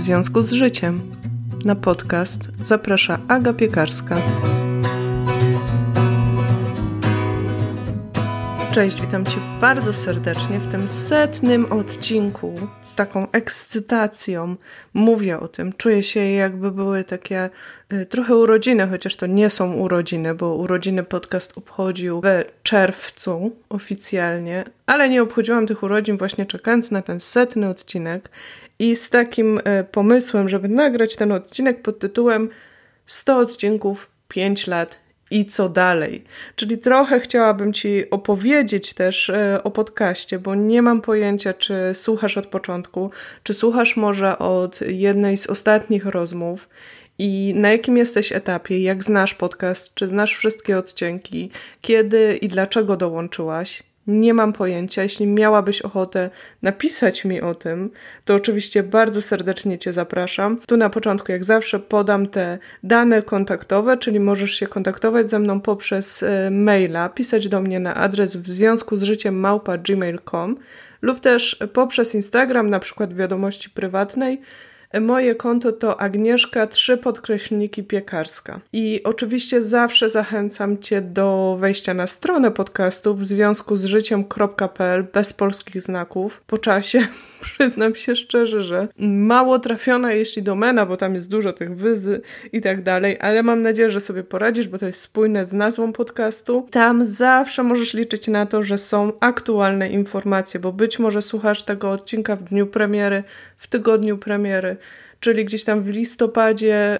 związku z życiem. Na podcast zaprasza Aga Piekarska. Cześć, witam Cię bardzo serdecznie w tym 100. odcinku. Z taką ekscytacją mówię o tym. Czuję się, jakby były takie trochę urodziny, chociaż to nie są urodziny, bo urodziny podcast obchodził w czerwcu oficjalnie, ale nie obchodziłam tych urodzin właśnie czekając na ten 100. odcinek i z takim pomysłem, żeby nagrać ten odcinek pod tytułem 100 odcinków, 5 lat i co dalej. Czyli trochę chciałabym Ci opowiedzieć też o podcaście, bo nie mam pojęcia, czy słuchasz od początku, czy słuchasz może od jednej z ostatnich rozmów i na jakim jesteś etapie, jak znasz podcast, czy znasz wszystkie odcinki, kiedy i dlaczego dołączyłaś. Nie mam pojęcia. Jeśli miałabyś ochotę napisać mi o tym, to oczywiście bardzo serdecznie Cię zapraszam. Tu na początku, jak zawsze, podam te dane kontaktowe, czyli możesz się kontaktować ze mną poprzez maila, pisać do mnie na adres w związku z życiem @gmail.com lub też poprzez Instagram, na przykład wiadomości prywatnej. Moje konto to Agnieszka _Piekarska. I oczywiście zawsze zachęcam Cię do wejścia na stronę podcastu w związku z życiem.pl bez polskich znaków. Po czasie przyznam się szczerze, że mało trafiona jeśli domena, bo tam jest dużo tych wyzy i tak dalej, ale mam nadzieję, że sobie poradzisz, bo to jest spójne z nazwą podcastu. Tam zawsze możesz liczyć na to, że są aktualne informacje, bo być może słuchasz tego odcinka w dniu premiery, w tygodniu premiery, czyli gdzieś tam w listopadzie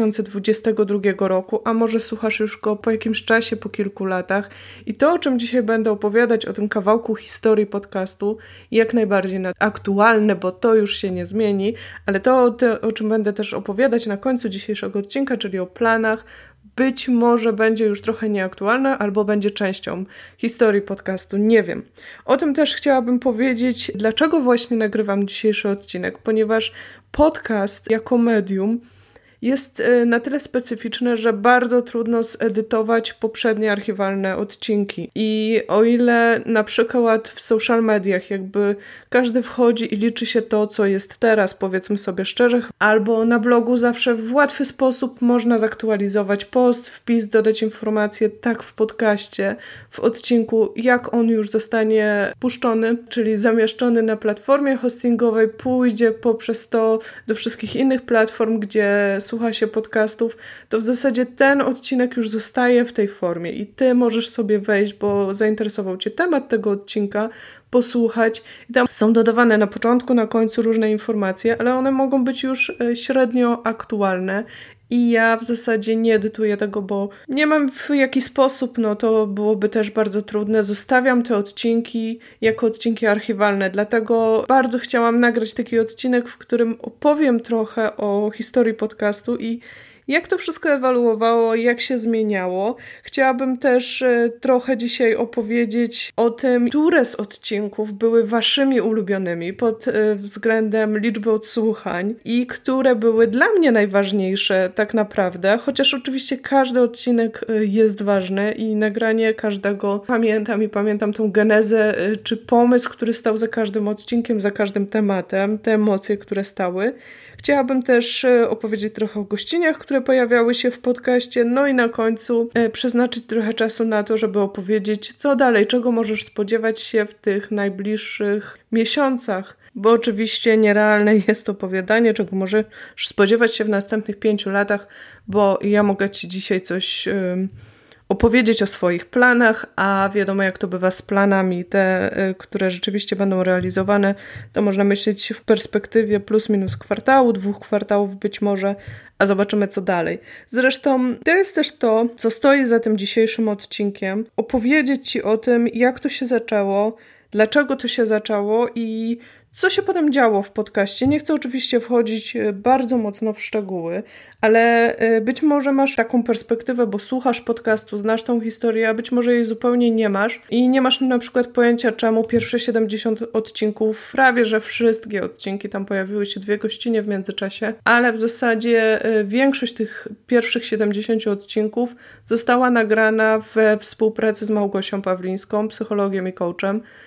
2022 roku, a może słuchasz już go po jakimś czasie, po kilku latach. I to, o czym dzisiaj będę opowiadać, o tym kawałku historii podcastu, jak najbardziej aktualne, bo to już się nie zmieni, ale to, o czym będę też opowiadać na końcu dzisiejszego odcinka, czyli o planach, być może będzie już trochę nieaktualne, albo będzie częścią historii podcastu, nie wiem. O tym też chciałabym powiedzieć, dlaczego właśnie nagrywam dzisiejszy odcinek, ponieważ podcast jako medium jest na tyle specyficzne, że bardzo trudno zedytować poprzednie archiwalne odcinki. I o ile na przykład w social mediach jakby każdy wchodzi i liczy się to, co jest teraz, powiedzmy sobie szczerze, albo na blogu zawsze w łatwy sposób można zaktualizować post, wpis, dodać informacje, tak w podcaście, w odcinku, jak on już zostanie puszczony, czyli zamieszczony na platformie hostingowej, pójdzie poprzez to do wszystkich innych platform, gdzie słucha się podcastów, to w zasadzie ten odcinek już zostaje w tej formie i Ty możesz sobie wejść, bo zainteresował Cię temat tego odcinka, posłuchać. I tam są dodawane na początku, na końcu różne informacje, ale one mogą być już średnio aktualne. I ja w zasadzie nie edytuję tego, bo nie mam w jaki sposób, no to byłoby też bardzo trudne. Zostawiam te odcinki jako odcinki archiwalne, dlatego bardzo chciałam nagrać taki odcinek, w którym opowiem trochę o historii podcastu i jak to wszystko ewoluowało, jak się zmieniało. Chciałabym też trochę dzisiaj opowiedzieć o tym, które z odcinków były waszymi ulubionymi pod względem liczby odsłuchań i które były dla mnie najważniejsze tak naprawdę, chociaż oczywiście każdy odcinek jest ważny i nagranie każdego pamiętam tą genezę czy pomysł, który stał za każdym odcinkiem, za każdym tematem, te emocje, które stały. Chciałabym też opowiedzieć trochę o gościniach, które pojawiały się w podcaście, no i na końcu przeznaczyć trochę czasu na to, żeby opowiedzieć, co dalej, czego możesz spodziewać się w tych najbliższych miesiącach, bo oczywiście nierealne jest opowiadanie, czego możesz spodziewać się w następnych 5 latach, bo ja mogę Ci dzisiaj coś opowiedzieć o swoich planach, a wiadomo jak to bywa z planami, te, które rzeczywiście będą realizowane, to można myśleć w perspektywie plus minus kwartału, 2 kwartałów być może, a zobaczymy co dalej. Zresztą to jest też to, co stoi za tym dzisiejszym odcinkiem, opowiedzieć Ci o tym, jak to się zaczęło, dlaczego to się zaczęło i co się potem działo w podcaście. Nie chcę oczywiście wchodzić bardzo mocno w szczegóły, ale być może masz taką perspektywę, bo słuchasz podcastu, znasz tą historię, a być może jej zupełnie nie masz i nie masz na przykład pojęcia, czemu pierwsze 70 odcinków, prawie że wszystkie odcinki, tam pojawiły się 2 gościnie w międzyczasie, ale w zasadzie większość tych pierwszych 70 odcinków została nagrana we współpracy z Małgosią Pawlińską, psychologiem i coachem.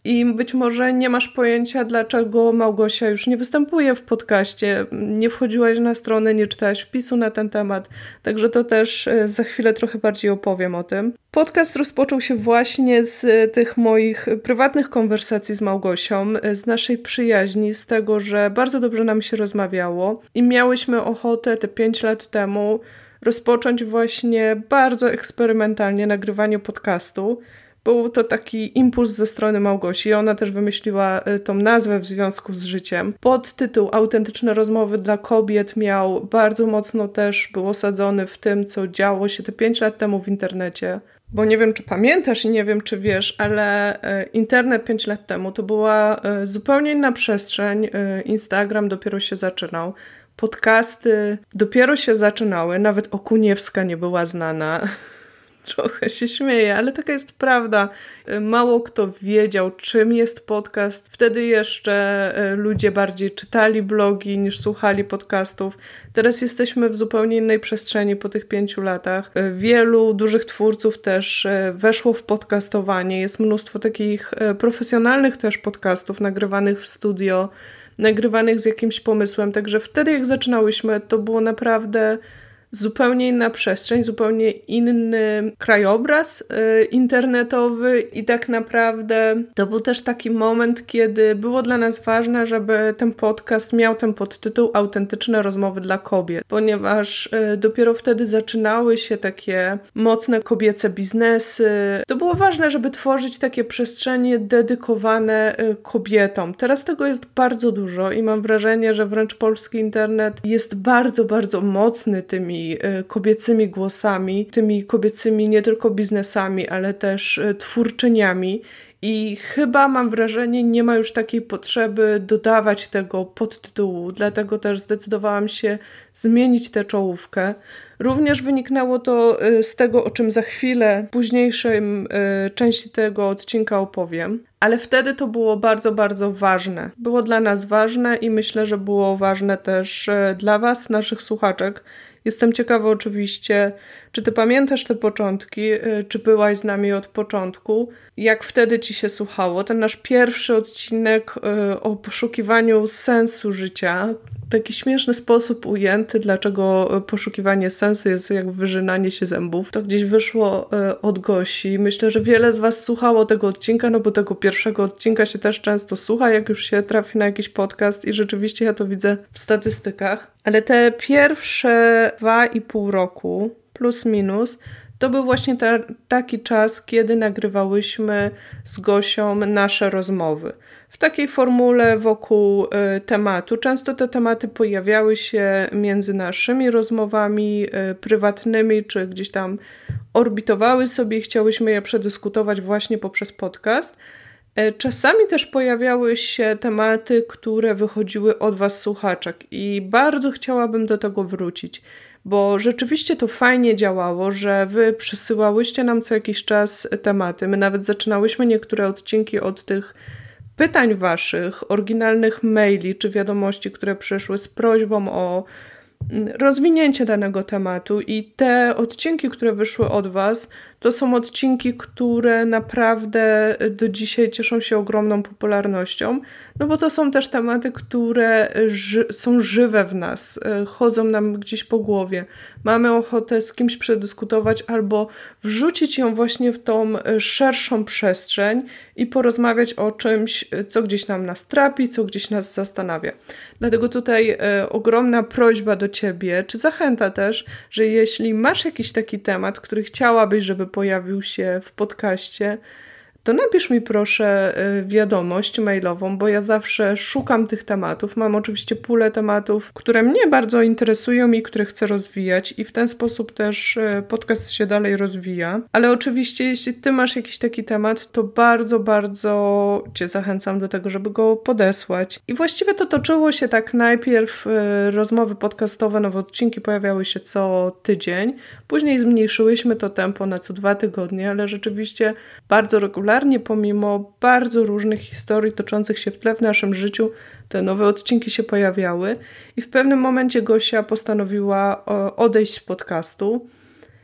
I być może nie masz pojęcia, dlaczego Małgosia już nie występuje w podcaście, nie wchodziłaś na stronę, nie czytałaś wpisu na ten temat, także to też za chwilę trochę bardziej opowiem o tym. Podcast rozpoczął się właśnie z tych moich prywatnych konwersacji z Małgosią, z naszej przyjaźni, z tego, że bardzo dobrze nam się rozmawiało i miałyśmy ochotę te 5 lat temu rozpocząć właśnie bardzo eksperymentalnie nagrywanie podcastu. Był to taki impuls ze strony Małgosi. Ona też wymyśliła tą nazwę w związku z życiem. Podtytuł Autentyczne rozmowy dla kobiet miał bardzo mocno też, był osadzony w tym, co działo się te 5 lat temu w internecie. Bo nie wiem, czy pamiętasz i nie wiem, czy wiesz, ale internet 5 lat temu to była zupełnie inna przestrzeń. Instagram dopiero się zaczynał. Podcasty dopiero się zaczynały. Nawet Okuniewska nie była znana. Trochę się śmieję, ale taka jest prawda. Mało kto wiedział, czym jest podcast. Wtedy jeszcze ludzie bardziej czytali blogi niż słuchali podcastów. Teraz jesteśmy w zupełnie innej przestrzeni po tych 5 latach. Wielu dużych twórców też weszło w podcastowanie. Jest mnóstwo takich profesjonalnych też podcastów nagrywanych w studio, nagrywanych z jakimś pomysłem. Także wtedy jak zaczynałyśmy, to było naprawdę zupełnie inna przestrzeń, zupełnie inny krajobraz internetowy i tak naprawdę to był też taki moment, kiedy było dla nas ważne, żeby ten podcast miał ten podtytuł Autentyczne rozmowy dla kobiet, ponieważ dopiero wtedy zaczynały się takie mocne kobiece biznesy. To było ważne, żeby tworzyć takie przestrzenie dedykowane kobietom. Teraz tego jest bardzo dużo i mam wrażenie, że wręcz polski internet jest bardzo, bardzo mocny tymi kobiecymi głosami, tymi kobiecymi nie tylko biznesami, ale też twórczyniami. I chyba mam wrażenie, nie ma już takiej potrzeby dodawać tego podtytułu, dlatego też zdecydowałam się zmienić tę czołówkę. Również wyniknęło to z tego, o czym za chwilę w późniejszej części tego odcinka opowiem, ale wtedy to było bardzo, bardzo ważne. Było dla nas ważne i myślę, że było ważne też dla Was, naszych słuchaczek. Jestem ciekawa oczywiście, czy Ty pamiętasz te początki, czy byłaś z nami od początku, jak wtedy Ci się słuchało. Ten nasz pierwszy odcinek o poszukiwaniu sensu życia, w taki śmieszny sposób ujęty, dlaczego poszukiwanie sensu jest jak wyrzynanie się zębów. To gdzieś wyszło od Gosi. Myślę, że wiele z Was słuchało tego odcinka, no bo tego pierwszego odcinka się też często słucha, jak już się trafi na jakiś podcast i rzeczywiście ja to widzę w statystykach. Ale te pierwsze 2,5 roku, plus minus, to był właśnie taki czas, kiedy nagrywałyśmy z Gosią nasze rozmowy. W takiej formule wokół tematu. Często te tematy pojawiały się między naszymi rozmowami prywatnymi, czy gdzieś tam orbitowały sobie i chciałyśmy je przedyskutować właśnie poprzez podcast. Czasami też pojawiały się tematy, które wychodziły od Was, słuchaczek, i bardzo chciałabym do tego wrócić, bo rzeczywiście to fajnie działało, że Wy przysyłałyście nam co jakiś czas tematy. My nawet zaczynałyśmy niektóre odcinki od tych pytań Waszych, oryginalnych maili czy wiadomości, które przyszły z prośbą o rozwinięcie danego tematu, i te odcinki, które wyszły od Was, to są odcinki, które naprawdę do dzisiaj cieszą się ogromną popularnością, no bo to są też tematy, które są żywe w nas, chodzą nam gdzieś po głowie. Mamy ochotę z kimś przedyskutować albo wrzucić ją właśnie w tą szerszą przestrzeń i porozmawiać o czymś, co gdzieś nas trapi, co gdzieś nas zastanawia. Dlatego tutaj ogromna prośba do Ciebie, czy zachęta też, że jeśli masz jakiś taki temat, który chciałabyś, żeby pojawił się w podcaście, to napisz mi proszę wiadomość mailową, bo ja zawsze szukam tych tematów. Mam oczywiście pulę tematów, które mnie bardzo interesują i które chcę rozwijać, i w ten sposób też podcast się dalej rozwija. Ale oczywiście jeśli Ty masz jakiś taki temat, to bardzo, bardzo Cię zachęcam do tego, żeby go podesłać. I właściwie to toczyło się tak najpierw rozmowy podcastowe, nowe odcinki pojawiały się co tydzień. Później zmniejszyłyśmy to tempo na co 2 tygodnie, ale rzeczywiście bardzo regularnie, pomimo bardzo różnych historii toczących się w tle w naszym życiu, te nowe odcinki się pojawiały i w pewnym momencie Gosia postanowiła odejść z podcastu.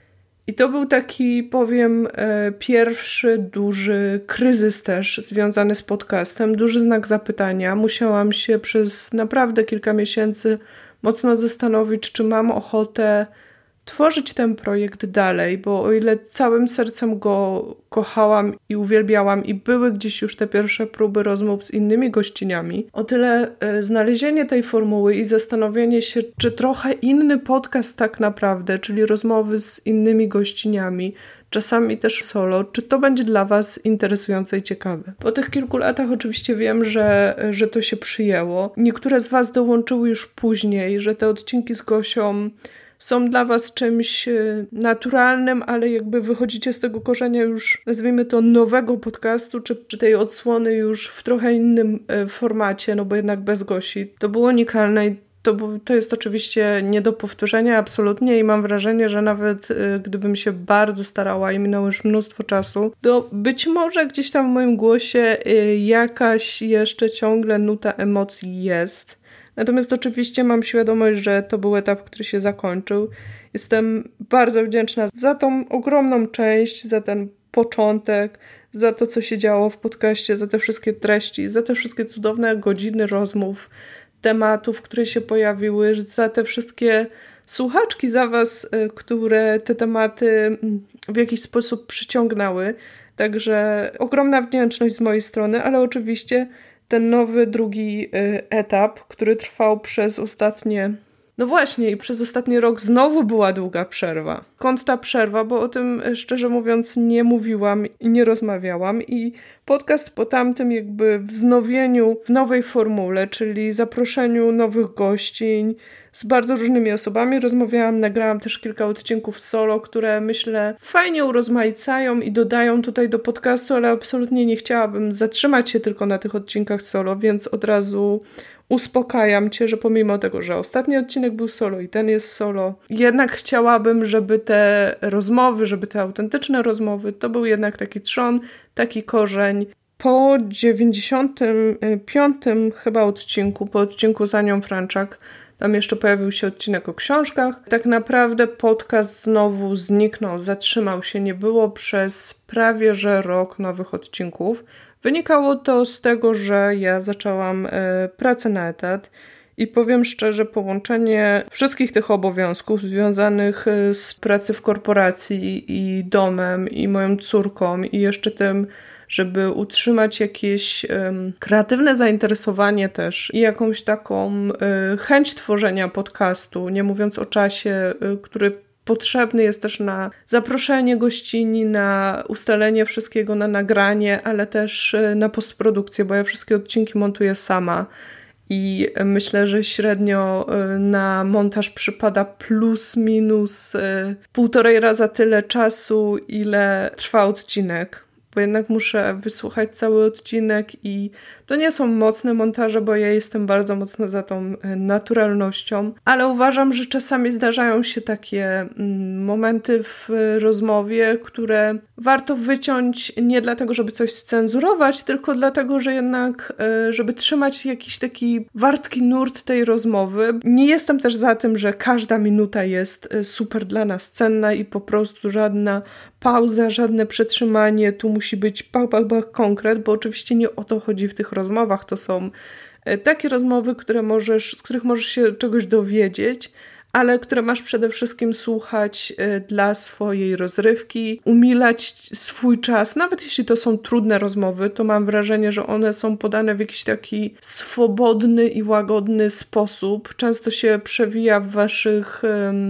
I to był taki, powiem, pierwszy duży kryzys też związany z podcastem, duży znak zapytania. Musiałam się przez naprawdę kilka miesięcy mocno zastanowić, czy mam ochotę tworzyć ten projekt dalej, bo o ile całym sercem go kochałam i uwielbiałam i były gdzieś już te pierwsze próby rozmów z innymi gościniami, o tyle znalezienie tej formuły i zastanowienie się, czy trochę inny podcast tak naprawdę, czyli rozmowy z innymi gościniami, czasami też solo, czy to będzie dla Was interesujące i ciekawe. Po tych kilku latach oczywiście wiem, że to się przyjęło. Niektóre z Was dołączyły już później, że te odcinki z Gosią są dla Was czymś naturalnym, ale jakby wychodzicie z tego korzenia już, nazwijmy to, nowego podcastu, czy tej odsłony już w trochę innym formacie, no bo jednak bez Gosi. To było unikalne i to jest oczywiście nie do powtórzenia absolutnie i mam wrażenie, że nawet gdybym się bardzo starała i minęło już mnóstwo czasu, to być może gdzieś tam w moim głosie jakaś jeszcze ciągle nuta emocji jest. Natomiast oczywiście mam świadomość, że to był etap, który się zakończył. Jestem bardzo wdzięczna za tą ogromną część, za ten początek, za to, co się działo w podcaście, za te wszystkie treści, za te wszystkie cudowne godziny rozmów, tematów, które się pojawiły, za te wszystkie słuchaczki za Was, które te tematy w jakiś sposób przyciągnęły. Także ogromna wdzięczność z mojej strony, ale oczywiście ten nowy, drugi etap, który trwał przez ostatnie... No właśnie, i przez ostatni rok znowu była długa przerwa. Skąd ta przerwa? Bo o tym, szczerze mówiąc, nie mówiłam i nie rozmawiałam. I podcast po tamtym jakby wznowieniu w nowej formule, czyli zaproszeniu nowych gościń z bardzo różnymi osobami rozmawiałam, nagrałam też kilka odcinków solo, które myślę fajnie urozmaicają i dodają tutaj do podcastu, ale absolutnie nie chciałabym zatrzymać się tylko na tych odcinkach solo, więc od razu uspokajam Cię, że pomimo tego, że ostatni odcinek był solo i ten jest solo, jednak chciałabym, żeby te rozmowy, żeby te autentyczne rozmowy, to był jednak taki trzon, taki korzeń. Po 95. chyba odcinku, po odcinku z Anią Franczak, tam jeszcze pojawił się odcinek o książkach. Tak naprawdę podcast znowu zniknął, zatrzymał się, nie było przez prawie że rok nowych odcinków. Wynikało to z tego, że ja zaczęłam pracę na etat i powiem szczerze, połączenie wszystkich tych obowiązków związanych z pracy w korporacji i domem i moją córką i jeszcze tym, żeby utrzymać jakieś kreatywne zainteresowanie też i jakąś taką chęć tworzenia podcastu, nie mówiąc o czasie, który potrzebny jest też na zaproszenie gościni, na ustalenie wszystkiego, na nagranie, ale też na postprodukcję, bo ja wszystkie odcinki montuję sama i myślę, że średnio na montaż przypada plus minus 1,5 raza tyle czasu, ile trwa odcinek. Bo jednak muszę wysłuchać cały odcinek i to nie są mocne montaże, bo ja jestem bardzo mocno za tą naturalnością, ale uważam, że czasami zdarzają się takie momenty w rozmowie, które warto wyciąć nie dlatego, żeby coś scenzurować, tylko dlatego, że jednak, żeby trzymać jakiś taki wartki nurt tej rozmowy. Nie jestem też za tym, że każda minuta jest super dla nas cenna i po prostu żadna pauza, żadne przetrzymanie, tu musi być bach, konkret, bo oczywiście nie o to chodzi w tych rozmowach. To są takie rozmowy, z których możesz się czegoś dowiedzieć, ale które masz przede wszystkim słuchać dla swojej rozrywki, umilać swój czas. Nawet jeśli to są trudne rozmowy, to mam wrażenie, że one są podane w jakiś taki swobodny i łagodny sposób. Często się przewija w waszych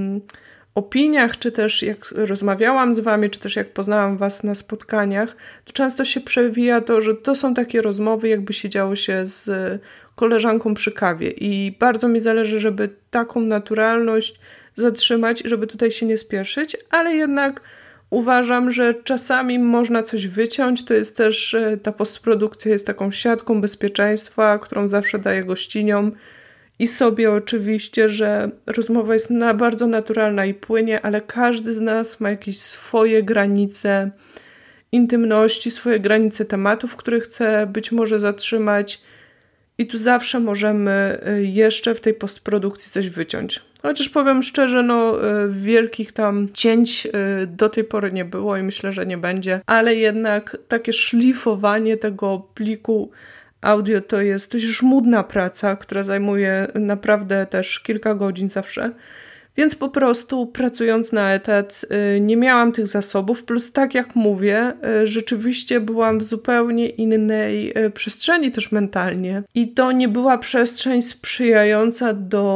opiniach, czy też jak rozmawiałam z wami, czy też jak poznałam was na spotkaniach, to często się przewija to, że to są takie rozmowy, jakby siedziało się z koleżanką przy kawie i bardzo mi zależy, żeby taką naturalność zatrzymać i żeby tutaj się nie spieszyć, ale jednak uważam, że czasami można coś wyciąć, to jest też, ta postprodukcja jest taką siatką bezpieczeństwa, którą zawsze daję gościniom i sobie oczywiście, że rozmowa jest bardzo naturalna i płynie, ale każdy z nas ma jakieś swoje granice intymności, swoje granice tematów, które chce być może zatrzymać i tu zawsze możemy jeszcze w tej postprodukcji coś wyciąć. Chociaż powiem szczerze, wielkich tam cięć do tej pory nie było i myślę, że nie będzie, ale jednak takie szlifowanie tego pliku audio to jest dość żmudna praca, która zajmuje naprawdę też kilka godzin zawsze. Więc po prostu pracując na etat nie miałam tych zasobów, plus tak jak mówię, rzeczywiście byłam w zupełnie innej przestrzeni też mentalnie i to nie była przestrzeń sprzyjająca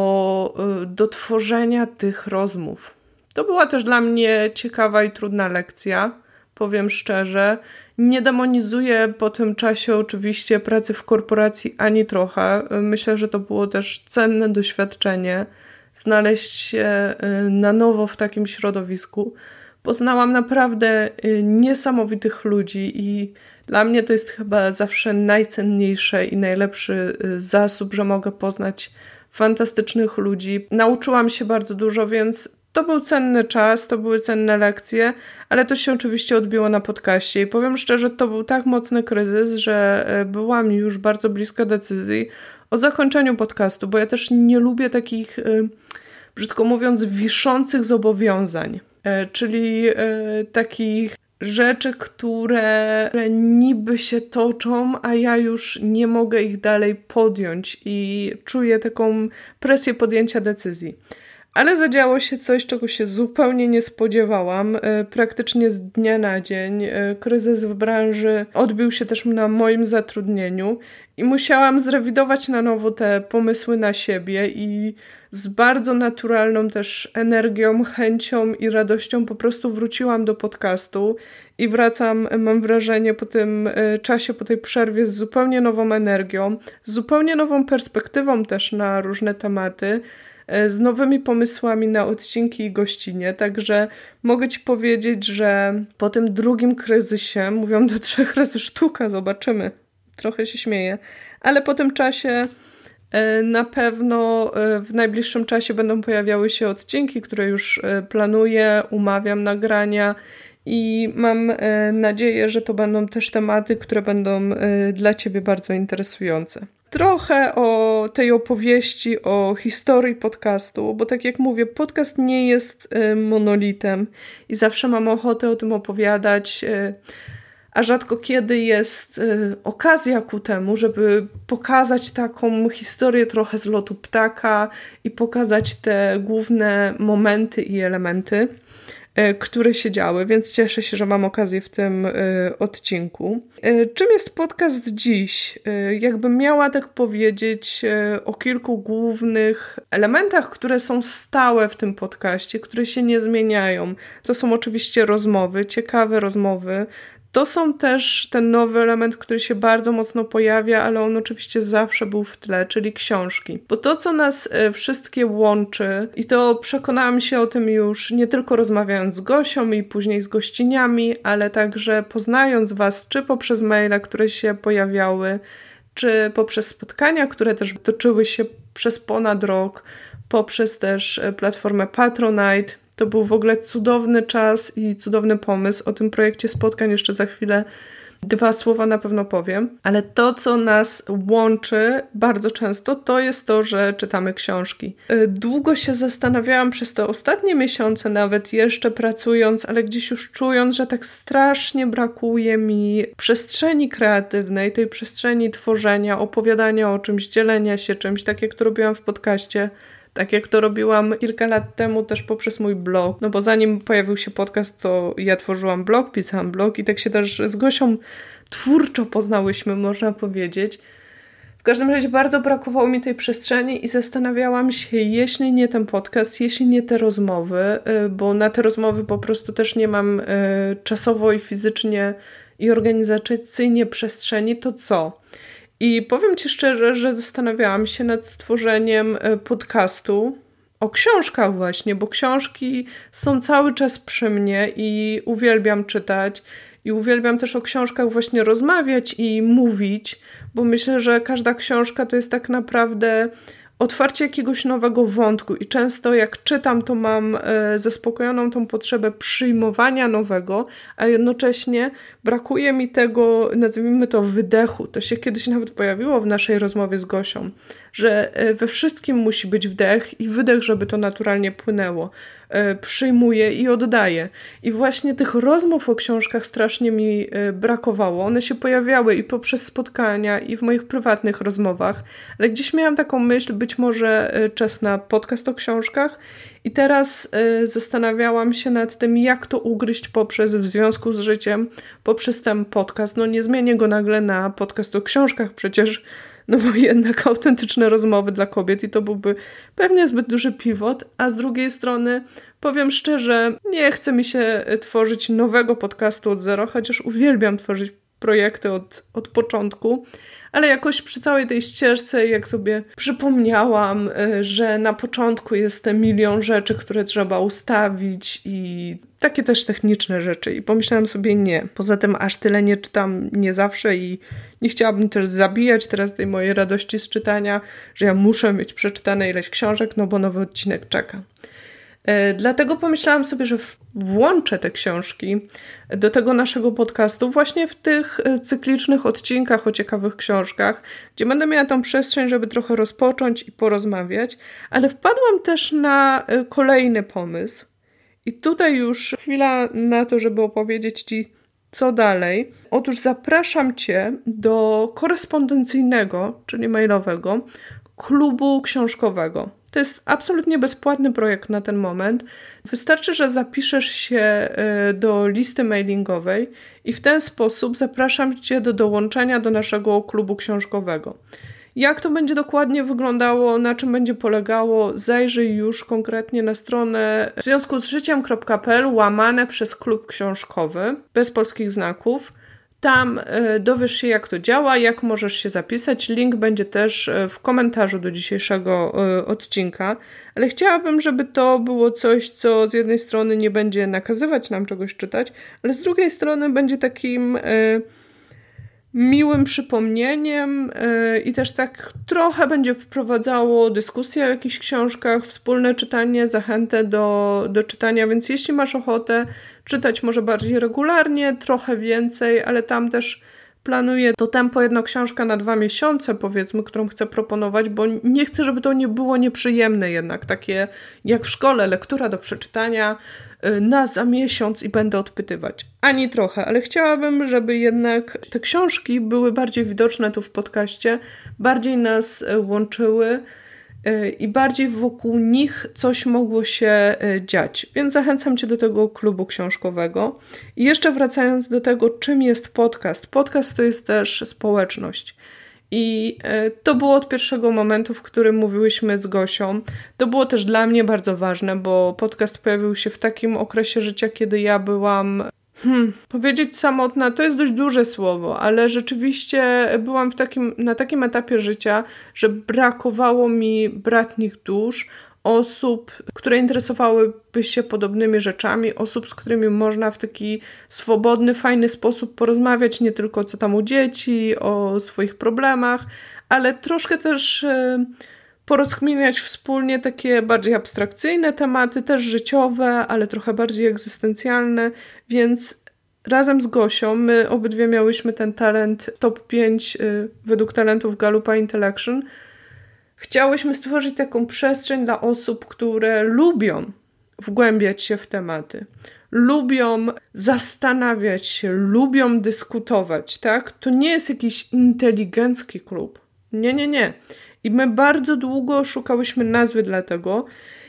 do tworzenia tych rozmów. To była też dla mnie ciekawa i trudna lekcja, powiem szczerze. Nie demonizuję po tym czasie oczywiście pracy w korporacji ani trochę. Myślę, że to było też cenne doświadczenie. Znaleźć się na nowo w takim środowisku. Poznałam naprawdę niesamowitych ludzi i dla mnie to jest chyba zawsze najcenniejsze i najlepszy zasób, że mogę poznać fantastycznych ludzi. Nauczyłam się bardzo dużo, więc to był cenny czas, to były cenne lekcje, ale to się oczywiście odbiło na podcaście i powiem szczerze, to był tak mocny kryzys, że byłam już bardzo blisko decyzji o zakończeniu podcastu, bo ja też nie lubię takich, brzydko mówiąc, wiszących zobowiązań, czyli takich rzeczy, które niby się toczą, a ja już nie mogę ich dalej podjąć i czuję taką presję podjęcia decyzji. Ale zadziało się coś, czego się zupełnie nie spodziewałam. Praktycznie z dnia na dzień kryzys w branży odbił się też na moim zatrudnieniu i musiałam zrewidować na nowo te pomysły na siebie i z bardzo naturalną też energią, chęcią i radością po prostu wróciłam do podcastu i wracam, mam wrażenie, po tym czasie, po tej przerwie z zupełnie nową energią, z zupełnie nową perspektywą też na różne tematy, z nowymi pomysłami na odcinki i gościnie, także mogę Ci powiedzieć, że po tym drugim kryzysie, mówią do 3 razy sztuka, zobaczymy, trochę się śmieję, ale po tym czasie na pewno w najbliższym czasie będą pojawiały się odcinki, które już planuję, umawiam nagrania i mam nadzieję, że to będą też tematy, które będą dla Ciebie bardzo interesujące. Trochę o tej opowieści, o historii podcastu, bo tak jak mówię, podcast nie jest monolitem i zawsze mam ochotę o tym opowiadać, a rzadko kiedy jest okazja ku temu, żeby pokazać taką historię trochę z lotu ptaka i pokazać te główne momenty i elementy, które się działy, więc cieszę się, że mam okazję w tym odcinku. Czym jest podcast dziś? Jakbym miała tak powiedzieć o kilku głównych elementach, które są stałe w tym podcaście, które się nie zmieniają. To są oczywiście rozmowy, ciekawe rozmowy. To są też ten nowy element, który się bardzo mocno pojawia, ale on oczywiście zawsze był w tle, czyli książki. Bo to, co nas wszystkie łączy, i to przekonałam się o tym już nie tylko rozmawiając z Gosią i później z gościniami, ale także poznając Was, czy poprzez maile, które się pojawiały, czy poprzez spotkania, które też toczyły się przez ponad rok, poprzez też platformę Patronite. To był w ogóle cudowny czas i cudowny pomysł. O tym projekcie spotkań jeszcze za chwilę 2 słowa na pewno powiem. Ale to, co nas łączy bardzo często, to jest to, że czytamy książki. Długo się zastanawiałam przez te ostatnie miesiące, nawet jeszcze pracując, ale gdzieś już czując, że tak strasznie brakuje mi przestrzeni kreatywnej, tej przestrzeni tworzenia, opowiadania o czymś, dzielenia się czymś, tak jak to robiłam w podcaście. Tak jak to robiłam kilka lat temu też poprzez mój blog. No bo zanim pojawił się podcast, to ja tworzyłam blog, pisałam blog i tak się też z Gosią twórczo poznałyśmy, można powiedzieć. W każdym razie bardzo brakowało mi tej przestrzeni i zastanawiałam się, jeśli nie ten podcast, jeśli nie te rozmowy, bo na te rozmowy po prostu też nie mam czasowo i fizycznie i organizacyjnie przestrzeni, to co? I powiem Ci szczerze, że zastanawiałam się nad stworzeniem podcastu o książkach właśnie, bo książki są cały czas przy mnie i uwielbiam czytać i uwielbiam też o książkach właśnie rozmawiać i mówić, bo myślę, że każda książka to jest tak naprawdę otwarcie jakiegoś nowego wątku i często jak czytam, to mam zaspokojoną tą potrzebę przyjmowania nowego, a jednocześnie brakuje mi tego, nazwijmy to, wydechu. To się kiedyś nawet pojawiło w naszej rozmowie z Gosią, że we wszystkim musi być wdech i wydech, żeby to naturalnie płynęło. Przyjmuję i oddaję. I właśnie tych rozmów o książkach strasznie mi brakowało. One się pojawiały i poprzez spotkania, i w moich prywatnych rozmowach, ale gdzieś miałam taką myśl, być może czas na podcast o książkach. I teraz zastanawiałam się nad tym, jak to ugryźć w związku z życiem, poprzez ten podcast. No nie zmienię go nagle na podcast o książkach przecież, no bo jednak autentyczne rozmowy dla kobiet i to byłby pewnie zbyt duży pivot, a z drugiej strony powiem szczerze, nie chce mi się tworzyć nowego podcastu od zera, chociaż uwielbiam tworzyć projekty od początku, ale jakoś przy całej tej ścieżce, jak sobie przypomniałam, że na początku jest te milion rzeczy, które trzeba ustawić i takie też techniczne rzeczy. I pomyślałam sobie nie. Poza tym aż tyle nie czytam nie zawsze i nie chciałabym też zabijać teraz tej mojej radości z czytania, że ja muszę mieć przeczytane ileś książek, no bo nowy odcinek czeka. Dlatego pomyślałam sobie, że włączę te książki do tego naszego podcastu właśnie w tych cyklicznych odcinkach o ciekawych książkach, gdzie będę miała tą przestrzeń, żeby trochę rozpocząć i porozmawiać, ale wpadłam też na kolejny pomysł i tutaj już chwila na to, żeby opowiedzieć Ci, co dalej. Otóż zapraszam Cię do korespondencyjnego, czyli mailowego, klubu książkowego. To jest absolutnie bezpłatny projekt na ten moment. Wystarczy, że zapiszesz się do listy mailingowej i w ten sposób zapraszam Cię do dołączenia do naszego klubu książkowego. Jak to będzie dokładnie wyglądało, na czym będzie polegało, zajrzyj już konkretnie na stronę wzwiązkuzżyciem.pl /klub książkowy, bez polskich znaków. Tam dowiesz się, jak to działa, jak możesz się zapisać. Link będzie też w komentarzu do dzisiejszego odcinka. Ale chciałabym, żeby to było coś, co z jednej strony nie będzie nakazywać nam czegoś czytać, ale z drugiej strony będzie takim miłym przypomnieniem i też tak trochę będzie wprowadzało dyskusję o jakichś książkach, wspólne czytanie, zachętę do czytania, więc jeśli masz ochotę czytać może bardziej regularnie, trochę więcej, ale tam też planuję to tempo jedna książka na 2 miesiące, powiedzmy, którą chcę proponować, bo nie chcę, żeby to nie było nieprzyjemne jednak, takie jak w szkole, lektura do przeczytania za miesiąc i będę odpytywać. Ani trochę, ale chciałabym, żeby jednak te książki były bardziej widoczne tu w podcaście, bardziej nas łączyły i bardziej wokół nich coś mogło się dziać. Więc zachęcam Cię do tego klubu książkowego. I jeszcze wracając do tego, czym jest podcast. Podcast to jest też społeczność. I to było od pierwszego momentu, w którym mówiłyśmy z Gosią. To było też dla mnie bardzo ważne, bo podcast pojawił się w takim okresie życia, kiedy ja byłam... powiedzieć samotna, to jest dość duże słowo, ale rzeczywiście byłam na takim etapie życia, że brakowało mi bratnich dusz, osób, które interesowałyby się podobnymi rzeczami, osób, z którymi można w taki swobodny, fajny sposób porozmawiać, nie tylko co tam u dzieci, o swoich problemach, ale troszkę też porozkminiać wspólnie takie bardziej abstrakcyjne tematy, też życiowe, ale trochę bardziej egzystencjalne, więc razem z Gosią, my obydwie miałyśmy ten talent top 5 według talentów Gallupa Intellection. Chciałyśmy stworzyć taką przestrzeń dla osób, które lubią wgłębiać się w tematy, lubią zastanawiać się, lubią dyskutować, tak? To nie jest jakiś inteligencki klub. Nie. I my bardzo długo szukałyśmy nazwy dla tego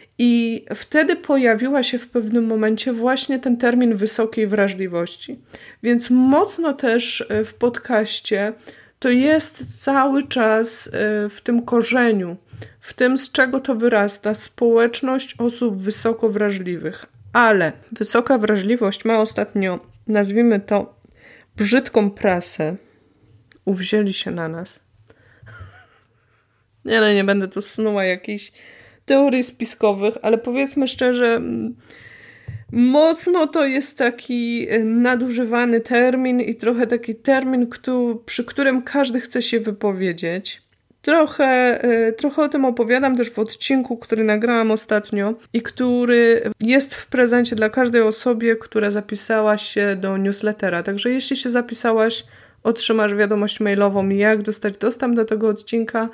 i wtedy pojawiła się w pewnym momencie właśnie ten termin wysokiej wrażliwości. Więc mocno też w podcaście to jest cały czas w tym korzeniu, w tym, z czego to wyrasta, społeczność osób wysoko wrażliwych. Ale wysoka wrażliwość ma ostatnio, nazwijmy to, brzydką prasę. Uwzięli się na nas. Nie będę tu snuła jakichś teorii spiskowych, ale powiedzmy szczerze, mocno to jest taki nadużywany termin i trochę taki termin, przy którym każdy chce się wypowiedzieć. Trochę o tym opowiadam też w odcinku, który nagrałam ostatnio i który jest w prezencie dla każdej osobie, która zapisała się do newslettera. Także jeśli się zapisałaś, otrzymasz wiadomość mailową, jak dostać dostęp do tego odcinka,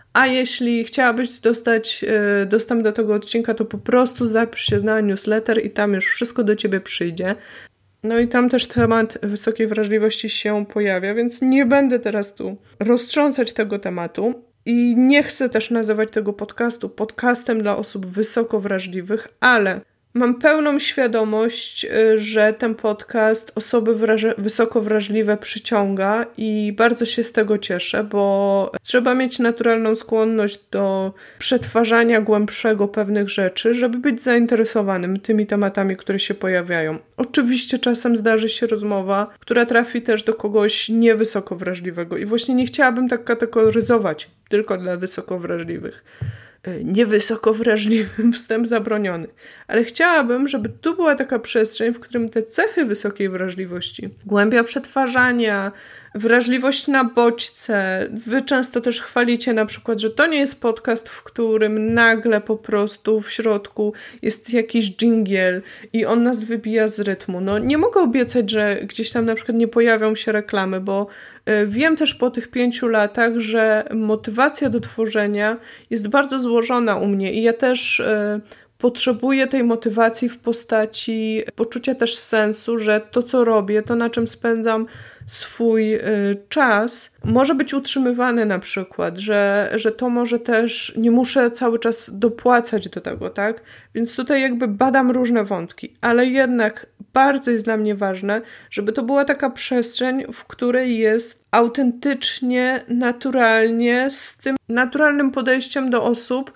A jeśli chciałabyś dostać dostęp do tego odcinka, to po prostu zapisz się na newsletter i tam już wszystko do ciebie przyjdzie. No i tam też temat wysokiej wrażliwości się pojawia, więc nie będę teraz tu roztrząsać tego tematu i nie chcę też nazywać tego podcastu podcastem dla osób wysoko wrażliwych, ale mam pełną świadomość, że ten podcast osoby wysoko wrażliwe przyciąga i bardzo się z tego cieszę, bo trzeba mieć naturalną skłonność do przetwarzania głębszego pewnych rzeczy, żeby być zainteresowanym tymi tematami, które się pojawiają. Oczywiście czasem zdarzy się rozmowa, która trafi też do kogoś niewysoko wrażliwego i właśnie nie chciałabym tak kategoryzować tylko dla wysoko wrażliwych. Niewysoko wrażliwym wstęp zabroniony. Ale chciałabym, żeby tu była taka przestrzeń, w którym te cechy wysokiej wrażliwości, głębia przetwarzania, wrażliwość na bodźce. Wy często też chwalicie na przykład, że to nie jest podcast, w którym nagle po prostu w środku jest jakiś dżingiel i on nas wybija z rytmu. No nie mogę obiecać, że gdzieś tam na przykład nie pojawią się reklamy, bo wiem też po tych 5 latach, że motywacja do tworzenia jest bardzo złożona u mnie i ja też potrzebuję tej motywacji w postaci poczucia też sensu, że to, co robię, to na czym spędzam swój czas, może być utrzymywane na przykład, że to może też, nie muszę cały czas dopłacać do tego, tak? Więc tutaj jakby badam różne wątki, ale jednak bardzo jest dla mnie ważne, żeby to była taka przestrzeń, w której jest autentycznie, naturalnie, z tym naturalnym podejściem do osób,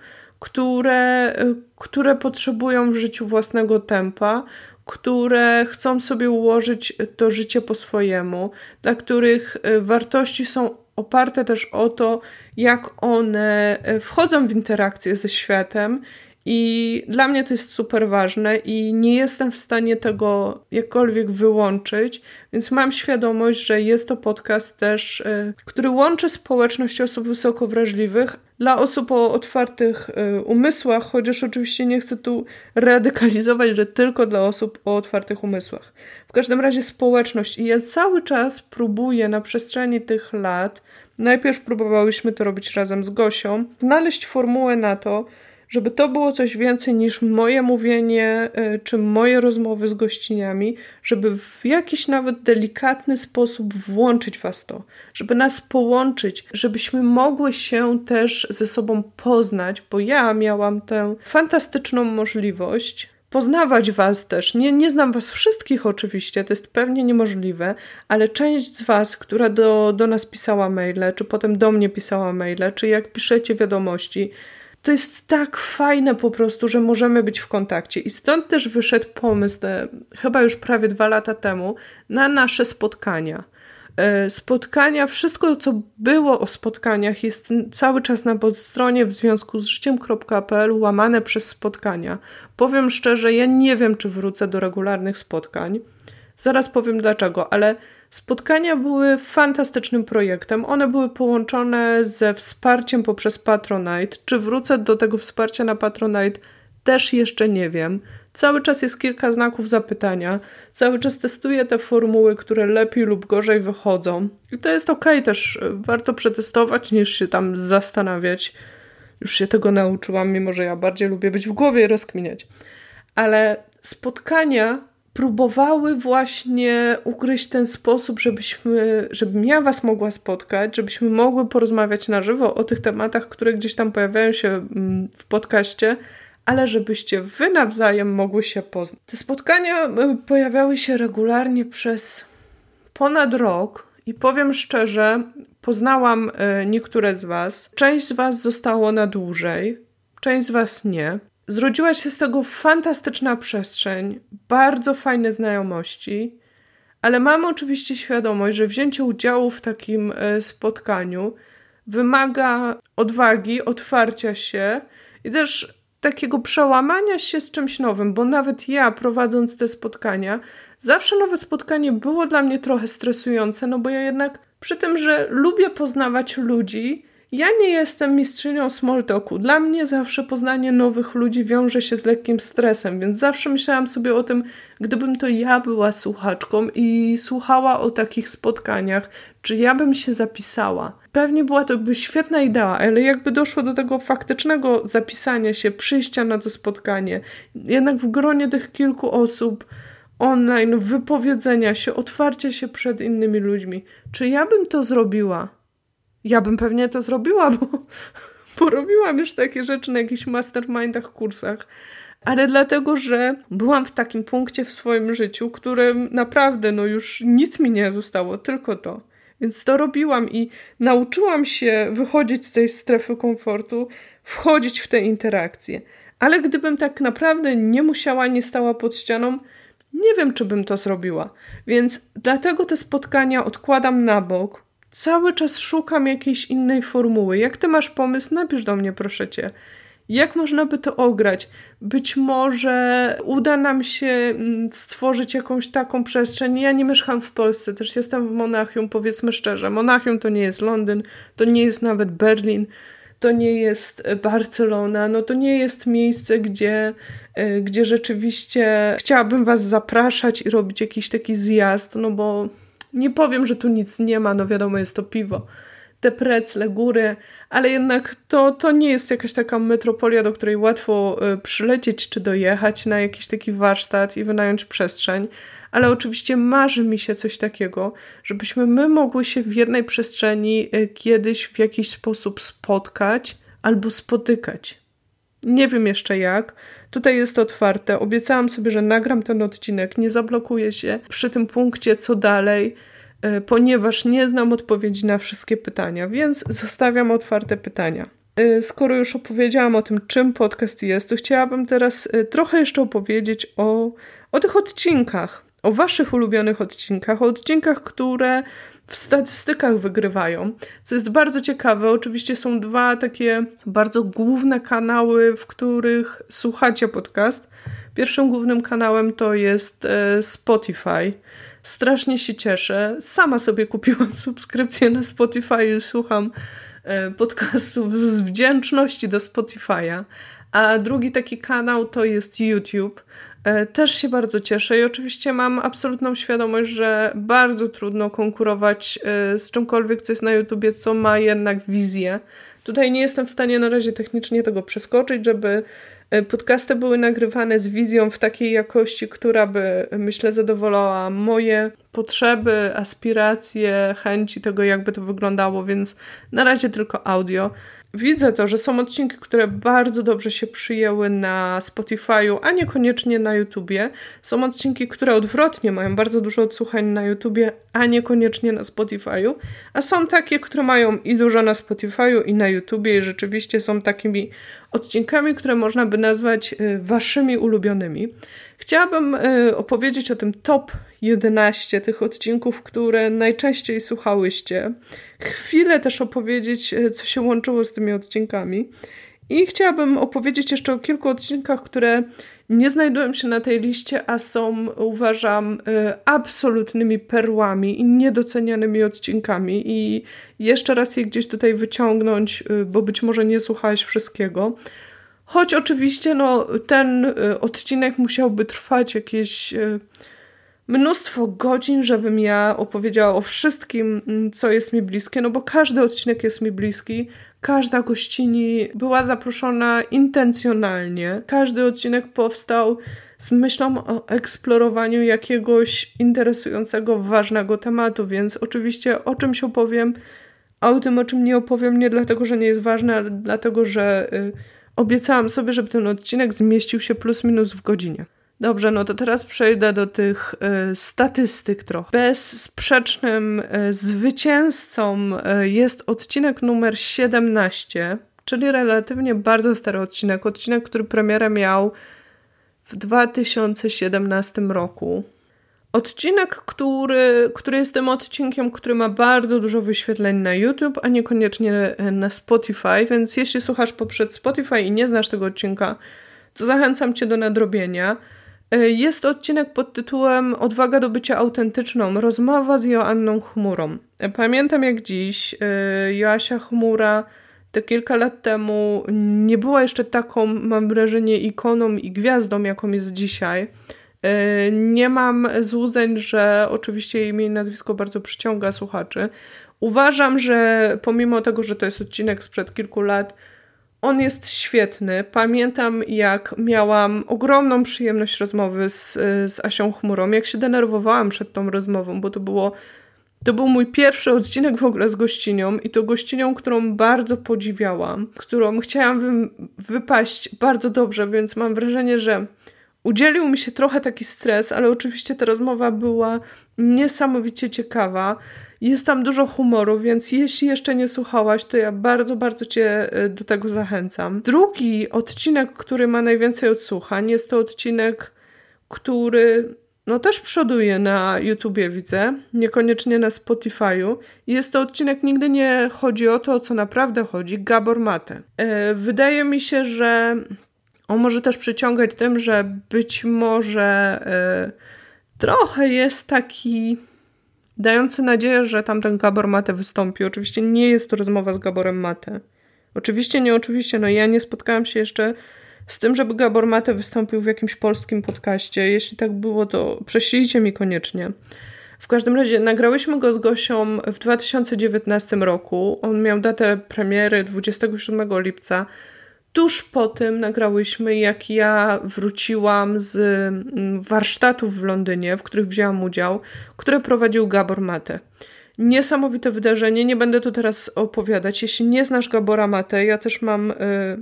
które potrzebują w życiu własnego tempa, które chcą sobie ułożyć to życie po swojemu, dla których wartości są oparte też o to, jak one wchodzą w interakcję ze światem i dla mnie to jest super ważne i nie jestem w stanie tego jakkolwiek wyłączyć, więc mam świadomość, że jest to podcast też, który łączy społeczność osób wysoko wrażliwych dla osób o otwartych umysłach, chociaż oczywiście nie chcę tu radykalizować, że tylko dla osób o otwartych umysłach. W każdym razie społeczność i ja cały czas próbuję na przestrzeni tych lat, najpierw próbowałyśmy to robić razem z Gosią, znaleźć formułę na to, żeby to było coś więcej niż moje mówienie, czy moje rozmowy z gościniami, żeby w jakiś nawet delikatny sposób włączyć was to, żeby nas połączyć, żebyśmy mogły się też ze sobą poznać, bo ja miałam tę fantastyczną możliwość poznawać was też. Nie znam was wszystkich oczywiście, to jest pewnie niemożliwe, ale część z was, która do nas pisała maile, czy potem do mnie pisała maile, czy jak piszecie wiadomości, to jest tak fajne po prostu, że możemy być w kontakcie. I stąd też wyszedł pomysł, chyba już prawie 2 lata temu, na nasze spotkania. Spotkania, wszystko co było o spotkaniach jest cały czas na podstronie w związku z życiem.pl łamane przez spotkania. Powiem szczerze, ja nie wiem, czy wrócę do regularnych spotkań. Zaraz powiem dlaczego, ale spotkania były fantastycznym projektem. One były połączone ze wsparciem poprzez Patronite. Czy wrócę do tego wsparcia na Patronite? Też jeszcze nie wiem. Cały czas jest kilka znaków zapytania. Cały czas testuję te formuły, które lepiej lub gorzej wychodzą. I to jest okej też. Warto przetestować niż się tam zastanawiać. Już się tego nauczyłam, mimo że ja bardziej lubię być w głowie i rozkminiać. Ale spotkania próbowały właśnie ugryźć ten sposób, żebym ja was mogła spotkać, żebyśmy mogły porozmawiać na żywo o tych tematach, które gdzieś tam pojawiają się w podcaście, ale żebyście wy nawzajem mogły się poznać. Te spotkania pojawiały się regularnie przez ponad rok i powiem szczerze, poznałam niektóre z was. Część z was zostało na dłużej, część z was nie. Zrodziła się z tego fantastyczna przestrzeń, bardzo fajne znajomości, ale mam oczywiście świadomość, że wzięcie udziału w takim spotkaniu wymaga odwagi, otwarcia się i też takiego przełamania się z czymś nowym, bo nawet ja prowadząc te spotkania, zawsze nowe spotkanie było dla mnie trochę stresujące, no bo ja jednak przy tym, że lubię poznawać ludzi, Ja nie jestem mistrzynią small talku. Dla mnie zawsze poznanie nowych ludzi wiąże się z lekkim stresem, więc zawsze myślałam sobie o tym, gdybym to ja była słuchaczką i słuchała o takich spotkaniach, czy ja bym się zapisała. Pewnie była to świetna idea, ale jakby doszło do tego faktycznego zapisania się, przyjścia na to spotkanie, jednak w gronie tych kilku osób online, wypowiedzenia się, otwarcia się przed innymi ludźmi, czy ja bym to zrobiła? Ja bym pewnie to zrobiła, bo robiłam już takie rzeczy na jakichś mastermindach, kursach, ale dlatego, że byłam w takim punkcie w swoim życiu, którym naprawdę już nic mi nie zostało, tylko to. Więc to robiłam i nauczyłam się wychodzić z tej strefy komfortu, wchodzić w te interakcje. Ale gdybym tak naprawdę nie musiała, nie stała pod ścianą, nie wiem, czy bym to zrobiła. Więc dlatego te spotkania odkładam na bok. Cały czas szukam jakiejś innej formuły. Jak ty masz pomysł, napisz do mnie, proszę cię. Jak można by to ograć? Być może uda nam się stworzyć jakąś taką przestrzeń. Ja nie mieszkam w Polsce, też jestem w Monachium, powiedzmy szczerze. Monachium to nie jest Londyn, to nie jest nawet Berlin, to nie jest Barcelona, to nie jest miejsce, gdzie rzeczywiście chciałabym was zapraszać i robić jakiś taki zjazd, bo nie powiem, że tu nic nie ma, wiadomo, jest to piwo, te precle, góry, ale jednak to nie jest jakaś taka metropolia, do której łatwo przylecieć czy dojechać na jakiś taki warsztat i wynająć przestrzeń, ale oczywiście marzy mi się coś takiego, żebyśmy my mogły się w jednej przestrzeni kiedyś w jakiś sposób spotkać albo spotykać. Nie wiem jeszcze jak. Tutaj jest to otwarte. Obiecałam sobie, że nagram ten odcinek, nie zablokuję się przy tym punkcie, co dalej, ponieważ nie znam odpowiedzi na wszystkie pytania, więc zostawiam otwarte pytania. Skoro już opowiedziałam o tym, czym podcast jest, to chciałabym teraz trochę jeszcze opowiedzieć o tych odcinkach, o waszych ulubionych odcinkach, o odcinkach, które w statystykach wygrywają, co jest bardzo ciekawe. Oczywiście są dwa takie bardzo główne kanały, w których słuchacie podcast. Pierwszym głównym kanałem to jest Spotify. Strasznie się cieszę. Sama sobie kupiłam subskrypcję na Spotify i słucham podcastów z wdzięczności do Spotify'a. A drugi taki kanał to jest YouTube. Też się bardzo cieszę i oczywiście mam absolutną świadomość, że bardzo trudno konkurować z czymkolwiek, co jest na YouTubie, co ma jednak wizję. Tutaj nie jestem w stanie na razie technicznie tego przeskoczyć, żeby podcasty były nagrywane z wizją w takiej jakości, która by, myślę, zadowalała moje potrzeby, aspiracje, chęci tego, jakby to wyglądało, więc na razie tylko audio. Widzę to, że są odcinki, które bardzo dobrze się przyjęły na Spotify'u, a niekoniecznie na YouTubie. Są odcinki, które odwrotnie mają bardzo dużo odsłuchań na YouTubie, a niekoniecznie na Spotify'u. A są takie, które mają i dużo na Spotify'u i na YouTubie i rzeczywiście są takimi odcinkami, które można by nazwać waszymi ulubionymi. Chciałabym opowiedzieć o tym top 11 tych odcinków, które najczęściej słuchałyście. Chwilę też opowiedzieć, co się łączyło z tymi odcinkami. I chciałabym opowiedzieć jeszcze o kilku odcinkach, które nie znajdują się na tej liście, a są, uważam, absolutnymi perłami i niedocenianymi odcinkami. I jeszcze raz je gdzieś tutaj wyciągnąć, bo być może nie słuchałaś wszystkiego. Choć oczywiście ten odcinek musiałby trwać jakieś mnóstwo godzin, żebym ja opowiedziała o wszystkim, co jest mi bliskie, bo każdy odcinek jest mi bliski, każda gościni była zaproszona intencjonalnie, każdy odcinek powstał z myślą o eksplorowaniu jakiegoś interesującego, ważnego tematu, więc oczywiście o czymś opowiem, a o tym, o czym nie opowiem, nie dlatego, że nie jest ważne, ale dlatego, że obiecałam sobie, żeby ten odcinek zmieścił się plus minus w godzinie. Dobrze, to teraz przejdę do tych statystyk trochę. Bezsprzecznym zwycięzcą jest odcinek numer 17, czyli relatywnie bardzo stary odcinek. Odcinek, który premierę miał w 2017 roku. Odcinek, który jest tym odcinkiem, który ma bardzo dużo wyświetleń na YouTube, a niekoniecznie na Spotify, więc jeśli słuchasz poprzez Spotify i nie znasz tego odcinka, to zachęcam cię do nadrobienia. Jest to odcinek pod tytułem Odwaga do bycia autentyczną. Rozmowa z Joanną Chmurą. Pamiętam jak dziś, Joasia Chmura te kilka lat temu nie była jeszcze taką, mam wrażenie, ikoną i gwiazdą, jaką jest dzisiaj. Nie mam złudzeń, że oczywiście jej imię i nazwisko bardzo przyciąga słuchaczy. Uważam, że pomimo tego, że to jest odcinek sprzed kilku lat, on jest świetny. Pamiętam, jak miałam ogromną przyjemność rozmowy z Asią Chmurą, jak się denerwowałam przed tą rozmową, bo to był mój pierwszy odcinek w ogóle z gościnią i to gościnią, którą bardzo podziwiałam, którą chciałam wypaść bardzo dobrze, więc mam wrażenie, że udzielił mi się trochę taki stres, ale oczywiście ta rozmowa była niesamowicie ciekawa. Jest tam dużo humoru, więc jeśli jeszcze nie słuchałaś, to ja bardzo, bardzo Cię do tego zachęcam. Drugi odcinek, który ma najwięcej odsłuchań, jest to odcinek, który też przoduje na YouTubie, widzę, niekoniecznie na Spotify'u. Jest to odcinek Nigdy nie chodzi o to, o co naprawdę chodzi, Gabor Mate. Wydaje mi się, że on może też przyciągać tym, że być może trochę jest taki dający nadzieję, że tamten Gabor Mate wystąpi. Oczywiście nie jest to rozmowa z Gaborem Mate. Oczywiście, ja nie spotkałam się jeszcze z tym, żeby Gabor Mate wystąpił w jakimś polskim podcaście. Jeśli tak było, to prześlijcie mi koniecznie. W każdym razie nagrałyśmy go z Gosią w 2019 roku. On miał datę premiery 27 lipca. Tuż po tym nagrałyśmy, jak ja wróciłam z warsztatów w Londynie, w których wzięłam udział, które prowadził Gabor Mate. Niesamowite wydarzenie, nie będę tu teraz opowiadać. Jeśli nie znasz Gabora Mate, ja też mam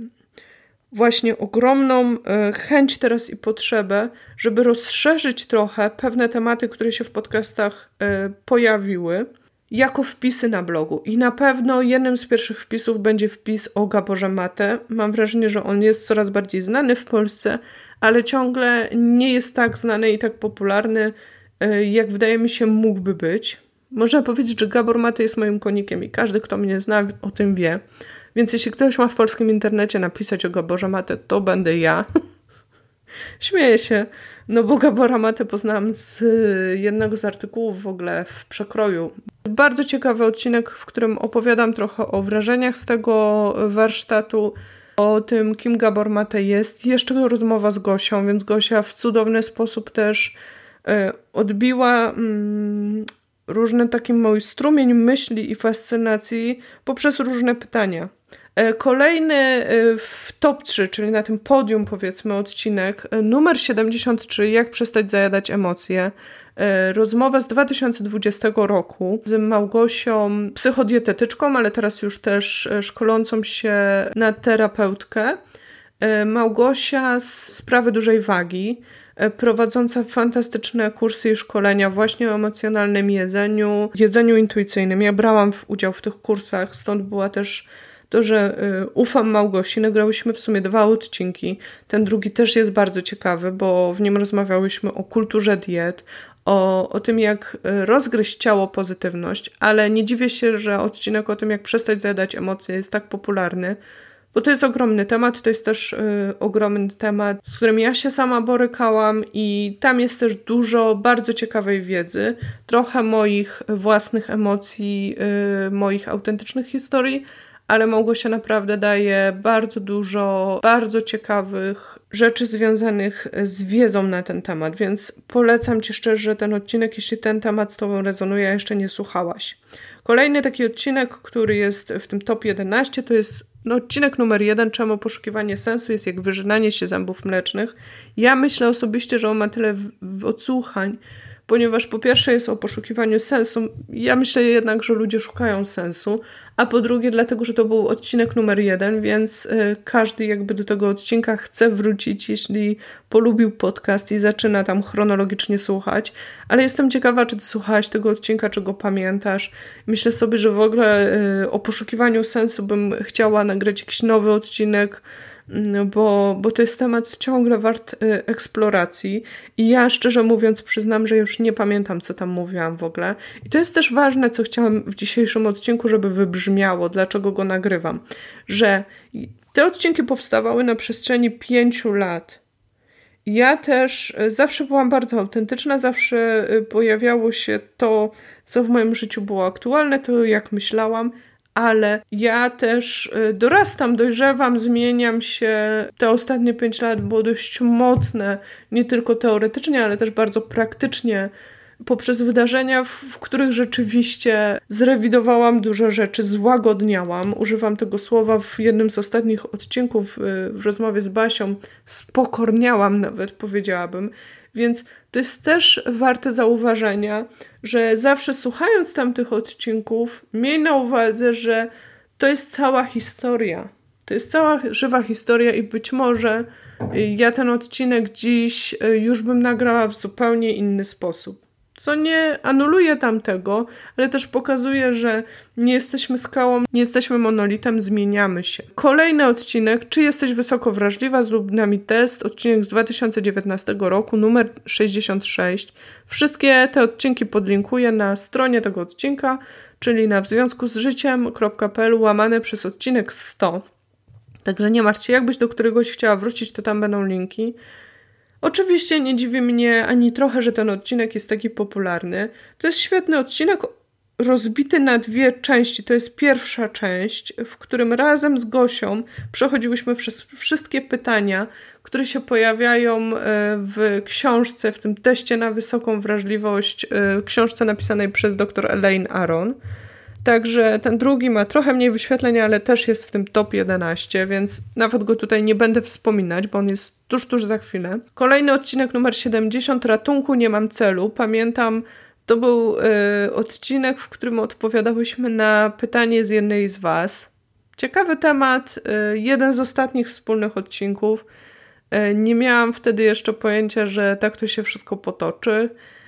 właśnie ogromną chęć teraz i potrzebę, żeby rozszerzyć trochę pewne tematy, które się w podcastach pojawiły, jako wpisy na blogu. I na pewno jednym z pierwszych wpisów będzie wpis o Gaborze Mate. Mam wrażenie, że on jest coraz bardziej znany w Polsce, ale ciągle nie jest tak znany i tak popularny, jak wydaje mi się mógłby być. Można powiedzieć, że Gabor Mate jest moim konikiem i każdy, kto mnie zna, o tym wie. Więc jeśli ktoś ma w polskim internecie napisać o Gaborze Mate, to będę ja. Śmieję się, bo Gabora Mate poznałam z jednego z artykułów w ogóle w Przekroju. Bardzo ciekawy odcinek, w którym opowiadam trochę o wrażeniach z tego warsztatu, o tym, kim Gabor Mate jest. Jeszcze rozmowa z Gosią, więc Gosia w cudowny sposób też odbiła różny taki mój strumień myśli i fascynacji poprzez różne pytania. Kolejny w top 3, czyli na tym podium powiedzmy odcinek, numer 73, jak przestać zajadać emocje. Rozmowa z 2020 roku z Małgosią, psychodietetyczką, ale teraz już też szkolącą się na terapeutkę. Małgosia z Sprawy Dużej Wagi, prowadząca fantastyczne kursy i szkolenia właśnie o emocjonalnym jedzeniu intuicyjnym. Ja brałam udział w tych kursach, stąd była też to, że ufam Małgosi. Nagrałyśmy w sumie 2 odcinki. Ten drugi też jest bardzo ciekawy, bo w nim rozmawiałyśmy o kulturze diet, o tym, jak rozgryźć ciało pozytywność, ale nie dziwię się, że odcinek o tym, jak przestać zajadać emocje, jest tak popularny, bo to jest ogromny temat, to jest też ogromny temat, z którym ja się sama borykałam i tam jest też dużo bardzo ciekawej wiedzy, trochę moich własnych emocji, moich autentycznych historii, ale Małgosia naprawdę daje bardzo dużo bardzo ciekawych rzeczy związanych z wiedzą na ten temat, więc polecam Ci szczerze ten odcinek, jeśli ten temat z Tobą rezonuje, a jeszcze nie słuchałaś. Kolejny taki odcinek, który jest w tym top 11, to jest odcinek numer 1, czemu poszukiwanie sensu jest jak wyrzynanie się zębów mlecznych. Ja myślę osobiście, że on ma tyle odsłuchań, ponieważ po pierwsze jest o poszukiwaniu sensu. Ja myślę jednak, że ludzie szukają sensu, a po drugie dlatego, że to był odcinek numer 1, więc każdy jakby do tego odcinka chce wrócić, jeśli polubił podcast i zaczyna tam chronologicznie słuchać. Ale jestem ciekawa, czy ty słuchałaś tego odcinka, czy go pamiętasz. Myślę sobie, że w ogóle o poszukiwaniu sensu bym chciała nagrać jakiś nowy odcinek, bo to jest temat ciągle wart eksploracji i ja szczerze mówiąc przyznam, że już nie pamiętam, co tam mówiłam w ogóle. I to jest też ważne, co chciałam w dzisiejszym odcinku, żeby wybrzmiało, dlaczego go nagrywam, że te odcinki powstawały na przestrzeni 5 lat Ja też zawsze byłam bardzo autentyczna, zawsze pojawiało się to, co w moim życiu było aktualne, to jak myślałam, ale ja też dorastam, dojrzewam, zmieniam się. Te ostatnie 5 lat było dość mocne, nie tylko teoretycznie, ale też bardzo praktycznie, poprzez wydarzenia, w których rzeczywiście zrewidowałam dużo rzeczy, złagodniałam. Używam tego słowa w jednym z ostatnich odcinków w rozmowie z Basią. Spokorniałam nawet, powiedziałabym. Więc to jest też warte zauważenia, że zawsze słuchając tamtych odcinków, miej na uwadze, że to jest cała historia. To jest cała żywa historia i być może ja ten odcinek dziś już bym nagrała w zupełnie inny sposób. Co nie anuluje tamtego, ale też pokazuje, że nie jesteśmy skałą, nie jesteśmy monolitem, zmieniamy się. Kolejny odcinek, czy jesteś wysoko wrażliwa, zrób nami test, odcinek z 2019 roku, numer 66. Wszystkie te odcinki podlinkuję na stronie tego odcinka, czyli na wzwiązkuzyżyciem.pl/odcinek 100. Także nie martwcie, jakbyś do któregoś chciała wrócić, to tam będą linki. Oczywiście nie dziwi mnie ani trochę, że ten odcinek jest taki popularny. To jest świetny odcinek rozbity na 2 części. To jest pierwsza część, w którym razem z Gosią przechodziłyśmy przez wszystkie pytania, które się pojawiają w książce, w tym teście na wysoką wrażliwość, książce napisanej przez dr Elaine Aron. Także ten drugi ma trochę mniej wyświetleń, ale też jest w tym top 11, więc nawet go tutaj nie będę wspominać, bo on jest tuż za chwilę. Kolejny odcinek numer 70, ratunku, nie mam celu. Pamiętam, to był odcinek, w którym odpowiadałyśmy na pytanie z jednej z Was. Ciekawy temat, jeden z ostatnich wspólnych odcinków. Nie miałam wtedy jeszcze pojęcia, że tak to się wszystko potoczy.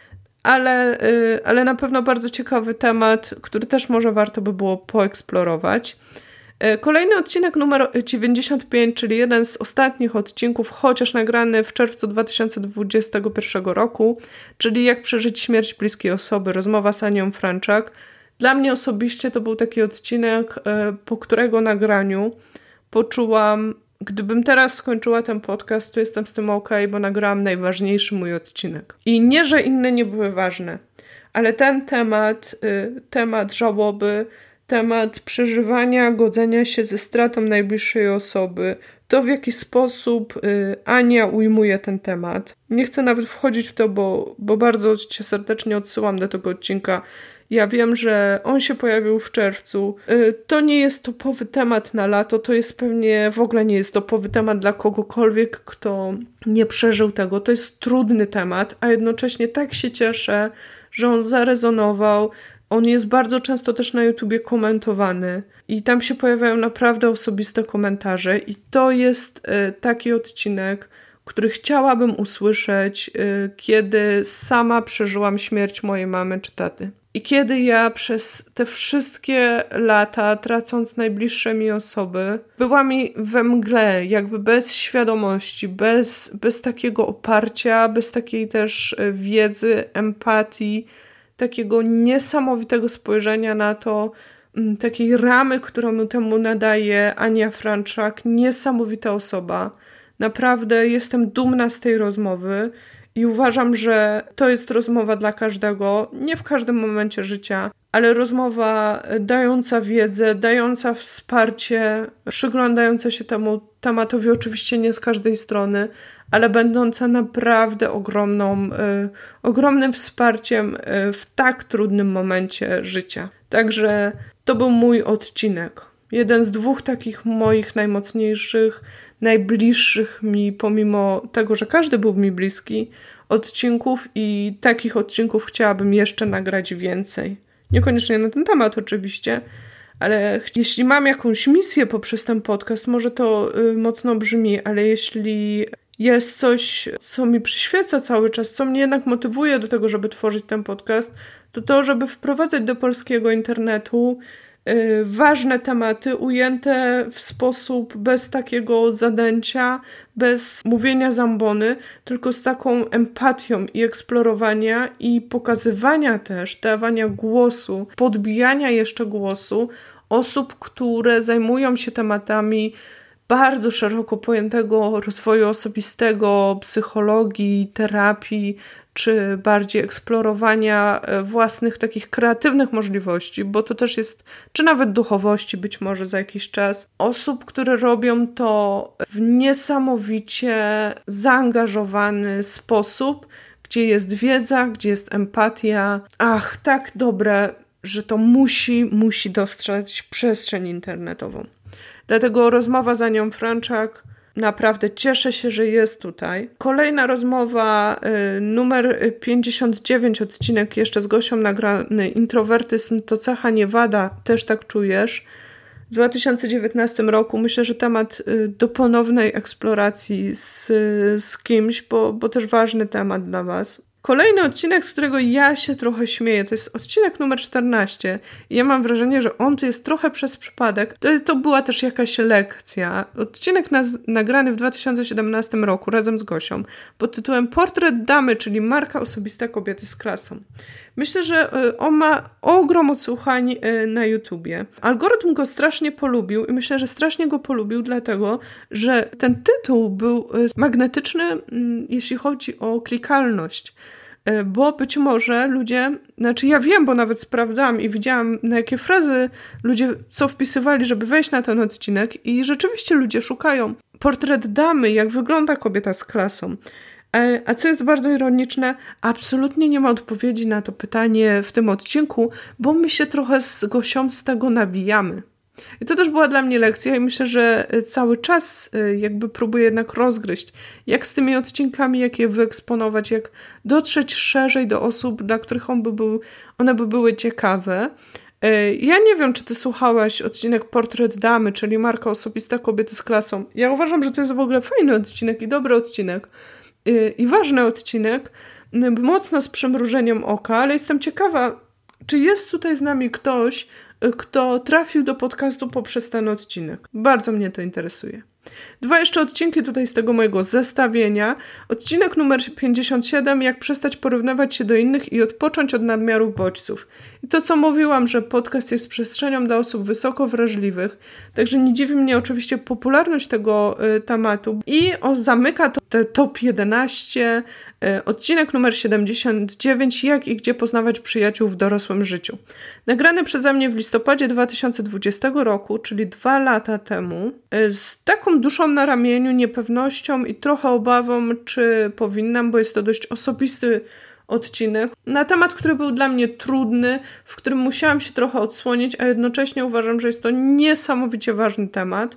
Ale na pewno bardzo ciekawy temat, który też może warto by było poeksplorować. Kolejny odcinek numer 95, czyli jeden z ostatnich odcinków, chociaż nagrany w czerwcu 2021 roku, czyli jak przeżyć śmierć bliskiej osoby, rozmowa z Anią Franczak. Dla mnie osobiście to był taki odcinek, po którego nagraniu poczułam, gdybym teraz skończyła ten podcast, to jestem z tym okej, bo nagrałam najważniejszy mój odcinek. I nie, że inne nie były ważne, ale ten temat żałoby, temat przeżywania, godzenia się ze stratą najbliższej osoby, to w jaki sposób Ania ujmuje ten temat. Nie chcę nawet wchodzić w to, bo bardzo Cię serdecznie odsyłam do tego odcinka. Ja wiem, że on się pojawił w czerwcu. To nie jest topowy temat na lato, to jest pewnie w ogóle nie jest topowy temat dla kogokolwiek, kto nie przeżył tego. To jest trudny temat, a jednocześnie tak się cieszę, że on zarezonował. On jest bardzo często też na YouTubie komentowany i tam się pojawiają naprawdę osobiste komentarze i to jest taki odcinek, który chciałabym usłyszeć, kiedy sama przeżyłam śmierć mojej mamy czy taty. I kiedy ja przez te wszystkie lata, tracąc najbliższe mi osoby, była mi we mgle, jakby bez świadomości, bez takiego oparcia, bez takiej też wiedzy, empatii, takiego niesamowitego spojrzenia na to, takiej ramy, którą temu nadaje Ania Franczak, niesamowita osoba. Naprawdę jestem dumna z tej rozmowy i uważam, że to jest rozmowa dla każdego, nie w każdym momencie życia, ale rozmowa dająca wiedzę, dająca wsparcie, przyglądająca się temu tematowi, oczywiście nie z każdej strony, ale będąca naprawdę ogromnym wsparciem w tak trudnym momencie życia. Także to był mój odcinek. Jeden z 2 takich moich najmocniejszych, najbliższych mi, pomimo tego, że każdy był mi bliski, odcinków i takich odcinków chciałabym jeszcze nagrać więcej. Niekoniecznie na ten temat oczywiście, ale jeśli mam jakąś misję poprzez ten podcast, może to mocno brzmi, ale jeśli jest coś, co mi przyświeca cały czas, co mnie jednak motywuje do tego, żeby tworzyć ten podcast, to żeby wprowadzać do polskiego internetu ważne tematy ujęte w sposób bez takiego zadęcia, bez mówienia zambony, tylko z taką empatią i eksplorowania i pokazywania też, dawania głosu, podbijania jeszcze głosu osób, które zajmują się tematami bardzo szeroko pojętego rozwoju osobistego, psychologii, terapii, czy bardziej eksplorowania własnych takich kreatywnych możliwości, bo to też jest, czy nawet duchowości być może za jakiś czas, osób, które robią to w niesamowicie zaangażowany sposób, gdzie jest wiedza, gdzie jest empatia. Ach, tak dobre, że to musi dostrzec przestrzeń internetową. Dlatego rozmowa z Anią Franczak, naprawdę cieszę się, że jest tutaj. Kolejna rozmowa, numer 59, odcinek jeszcze z Gosią nagrany, introwertyzm to cecha, nie wada, też tak czujesz. W 2019 roku myślę, że temat do ponownej eksploracji z kimś, bo też ważny temat dla Was. Kolejny odcinek, z którego ja się trochę śmieję, to jest odcinek numer 14. I ja mam wrażenie, że on tu jest trochę przez przypadek. To była też jakaś lekcja. Odcinek nagrany w 2017 roku razem z Gosią pod tytułem Portret damy, czyli marka osobista kobiety z klasą. Myślę, że on ma ogrom odsłuchań na YouTubie. Algorytm go strasznie polubił i myślę, że strasznie go polubił dlatego, że ten tytuł był magnetyczny, jeśli chodzi o klikalność. Bo być może ludzie, znaczy ja wiem, bo nawet sprawdzałam i widziałam, na jakie frazy ludzie co wpisywali, żeby wejść na ten odcinek i rzeczywiście ludzie szukają portret damy, jak wygląda kobieta z klasą. A co jest bardzo ironiczne, absolutnie nie ma odpowiedzi na to pytanie w tym odcinku, bo my się trochę z Gosią z tego nabijamy. I to też była dla mnie lekcja i myślę, że cały czas jakby próbuję jednak rozgryźć, jak z tymi odcinkami, jak je wyeksponować, jak dotrzeć szerzej do osób, dla których one by były ciekawe. Ja nie wiem, czy ty słuchałaś odcinek Portret damy, czyli marka osobista kobiety z klasą. Ja uważam, że to jest w ogóle fajny odcinek i dobry odcinek. I ważny odcinek, mocno z przymrużeniem oka, ale jestem ciekawa, czy jest tutaj z nami ktoś, kto trafił do podcastu poprzez ten odcinek. Bardzo mnie to interesuje. 2 jeszcze odcinki tutaj z tego mojego zestawienia. Odcinek numer 57, jak przestać porównywać się do innych i odpocząć od nadmiaru bodźców. I to, co mówiłam, że podcast jest przestrzenią dla osób wysoko wrażliwych, także nie dziwi mnie oczywiście popularność tego tematu. I zamyka to te top 11, odcinek numer 79, jak i gdzie poznawać przyjaciół w dorosłym życiu. Nagrany przeze mnie w listopadzie 2020 roku, czyli 2 lata temu, z taką duszą na ramieniu, niepewnością i trochę obawą, czy powinnam, bo jest to dość osobisty odcinek, na temat, który był dla mnie trudny, w którym musiałam się trochę odsłonić, a jednocześnie uważam, że jest to niesamowicie ważny temat.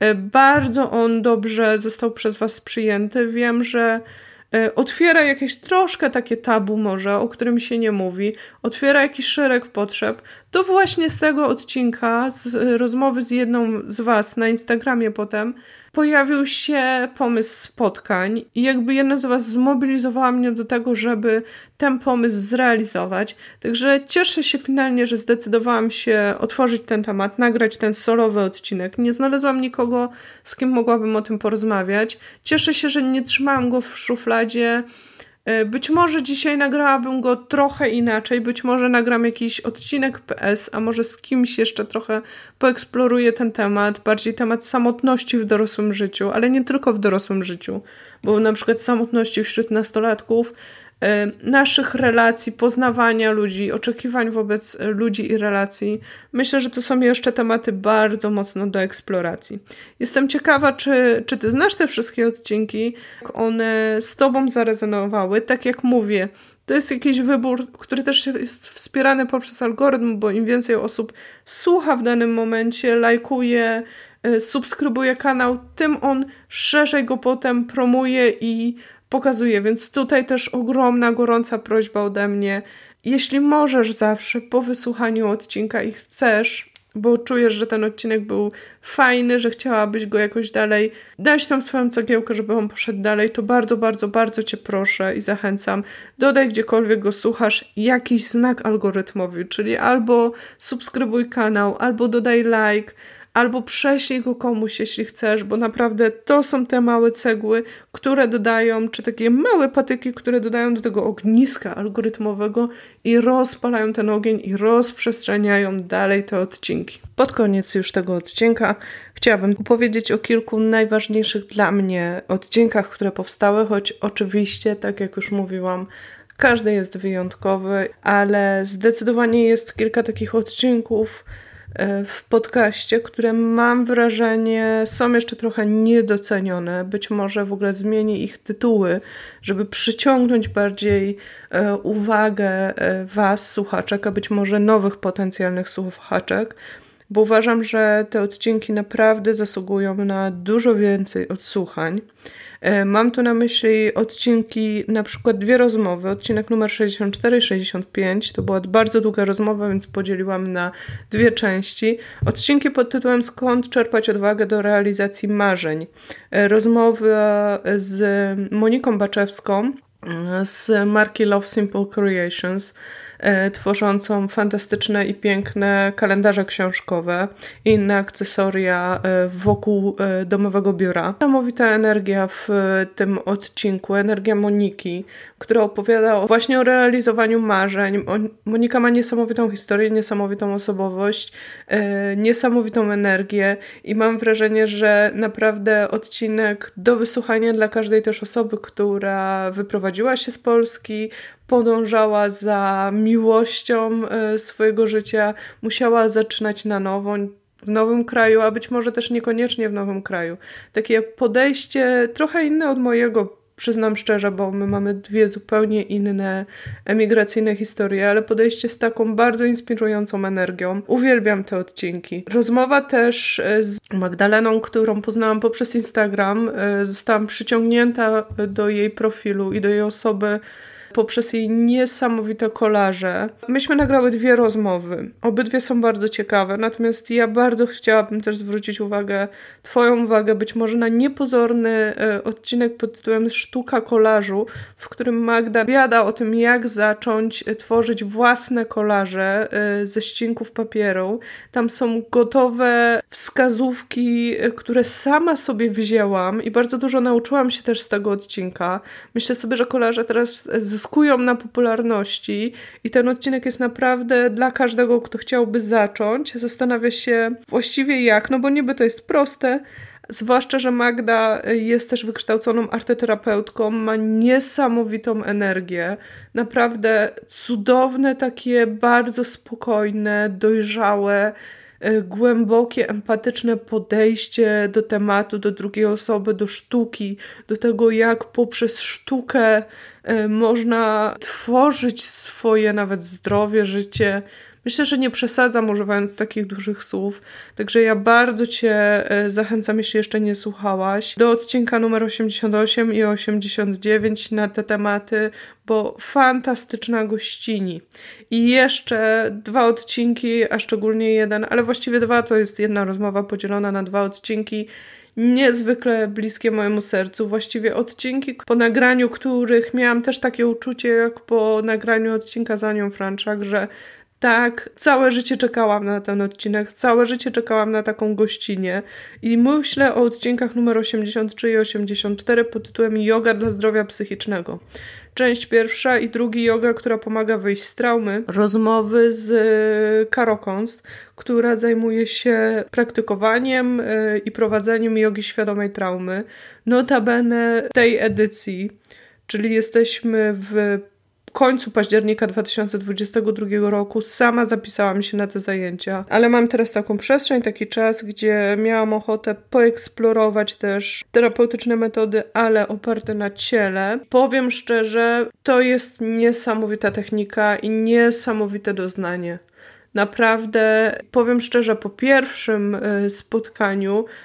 Bardzo on dobrze został przez Was przyjęty. Wiem, że otwiera jakieś troszkę takie tabu może, o którym się nie mówi, otwiera jakiś szereg potrzeb. To właśnie z tego odcinka, z rozmowy z jedną z Was na Instagramie potem, pojawił się pomysł spotkań i jakby jedna z Was zmobilizowała mnie do tego, żeby ten pomysł zrealizować. Także cieszę się finalnie, że zdecydowałam się otworzyć ten temat, nagrać ten solowy odcinek. Nie znalazłam nikogo, z kim mogłabym o tym porozmawiać. Cieszę się, że nie trzymałam go w szufladzie. Być może dzisiaj nagrałabym go trochę inaczej, być może nagram jakiś odcinek PS, a może z kimś jeszcze trochę poeksploruję ten temat, bardziej temat samotności w dorosłym życiu, ale nie tylko w dorosłym życiu, bo na przykład samotności wśród nastolatków, naszych relacji, poznawania ludzi, oczekiwań wobec ludzi i relacji. Myślę, że to są jeszcze tematy bardzo mocno do eksploracji. Jestem ciekawa, czy ty znasz te wszystkie odcinki, jak one z tobą zarezonowały. Tak jak mówię, to jest jakiś wybór, który też jest wspierany poprzez algorytm, bo im więcej osób słucha w danym momencie, lajkuje, subskrybuje kanał, tym on szerzej go potem promuje i pokazuje, więc tutaj też ogromna, gorąca prośba ode mnie. Jeśli możesz zawsze po wysłuchaniu odcinka i chcesz, bo czujesz, że ten odcinek był fajny, że chciałabyś go jakoś dalej dać tą swoją cegiełkę, żeby on poszedł dalej, to bardzo, bardzo, bardzo Cię proszę i zachęcam. Dodaj gdziekolwiek go słuchasz jakiś znak algorytmowy, czyli albo subskrybuj kanał, albo dodaj like, albo prześlij go komuś, jeśli chcesz, bo naprawdę to są te małe cegły, które dodają, czy takie małe patyki, które dodają do tego ogniska algorytmowego i rozpalają ten ogień i rozprzestrzeniają dalej te odcinki. Pod koniec już tego odcinka chciałabym opowiedzieć o kilku najważniejszych dla mnie odcinkach, które powstały, choć oczywiście, tak jak już mówiłam, każdy jest wyjątkowy, ale zdecydowanie jest kilka takich odcinków w podcaście, które mam wrażenie są jeszcze trochę niedocenione. Być może w ogóle zmienię ich tytuły, żeby przyciągnąć bardziej uwagę Was, słuchaczek, a być może nowych potencjalnych słuchaczek, bo uważam, że te odcinki naprawdę zasługują na dużo więcej odsłuchań. Mam tu na myśli odcinki, na przykład 2 rozmowy, odcinek numer 64 i 65, to była bardzo długa rozmowa, więc podzieliłam na 2 części. Odcinki pod tytułem Skąd czerpać odwagę do realizacji marzeń. Rozmowa z Moniką Baczewską z marki Love Simple Creations, tworzącą fantastyczne i piękne kalendarze książkowe i inne akcesoria wokół domowego biura. Niesamowita energia w tym odcinku, energia Moniki, która opowiada właśnie o realizowaniu marzeń. Monika ma niesamowitą historię, niesamowitą osobowość, niesamowitą energię i mam wrażenie, że naprawdę odcinek do wysłuchania dla każdej też osoby, która wyprowadziła się z Polski, podążała za miłością swojego życia, musiała zaczynać na nowo, w nowym kraju, a być może też niekoniecznie w nowym kraju. Takie podejście trochę inne od mojego, przyznam szczerze, bo my mamy 2 zupełnie inne emigracyjne historie, ale podejście z taką bardzo inspirującą energią. Uwielbiam te odcinki. Rozmowa też z Magdaleną, którą poznałam poprzez Instagram. Zostałam przyciągnięta do jej profilu i do jej osoby poprzez jej niesamowite kolaże. Myśmy nagrały 2 rozmowy. Obydwie są bardzo ciekawe, natomiast ja bardzo chciałabym też zwrócić Twoją uwagę być może na niepozorny odcinek pod tytułem Sztuka kolażu, w którym Magda opowiada o tym, jak zacząć tworzyć własne kolaże ze ścinków papieru. Tam są gotowe wskazówki, które sama sobie wzięłam i bardzo dużo nauczyłam się też z tego odcinka. Myślę sobie, że kolaże teraz zyskują na popularności i ten odcinek jest naprawdę dla każdego, kto chciałby zacząć. Zastanawia się właściwie jak, no bo niby to jest proste, zwłaszcza, że Magda jest też wykształconą arteterapeutką, ma niesamowitą energię, naprawdę cudowne, takie bardzo spokojne, dojrzałe, głębokie, empatyczne podejście do tematu, do drugiej osoby, do sztuki, do tego, jak poprzez sztukę można tworzyć swoje nawet zdrowie, życie. Myślę, że nie przesadzam używając takich dużych słów, także ja bardzo Cię zachęcam, jeśli jeszcze nie słuchałaś, do odcinka numer 88 i 89 na te tematy, bo fantastyczna gościni. I jeszcze 2 odcinki, a szczególnie jeden, ale właściwie 2, to jest jedna rozmowa podzielona na 2 odcinki, niezwykle bliskie mojemu sercu. Właściwie odcinki, po nagraniu których miałam też takie uczucie, jak po nagraniu odcinka z Anią Franczak, że tak, całe życie czekałam na ten odcinek, całe życie czekałam na taką gościnę i myślę o odcinkach numer 83 i 84 pod tytułem Yoga dla zdrowia psychicznego. Część 1 i 2 yoga, która pomaga wyjść z traumy. Rozmowy z Karo Konst, która zajmuje się praktykowaniem i prowadzeniem jogi świadomej traumy. Notabene tej edycji, czyli jesteśmy w końcu października 2022 roku, sama zapisałam się na te zajęcia, ale mam teraz taką przestrzeń, taki czas, gdzie miałam ochotę poeksplorować też terapeutyczne metody, ale oparte na ciele. Powiem szczerze, to jest niesamowita technika i niesamowite doznanie. Naprawdę, powiem szczerze, po pierwszym spotkaniu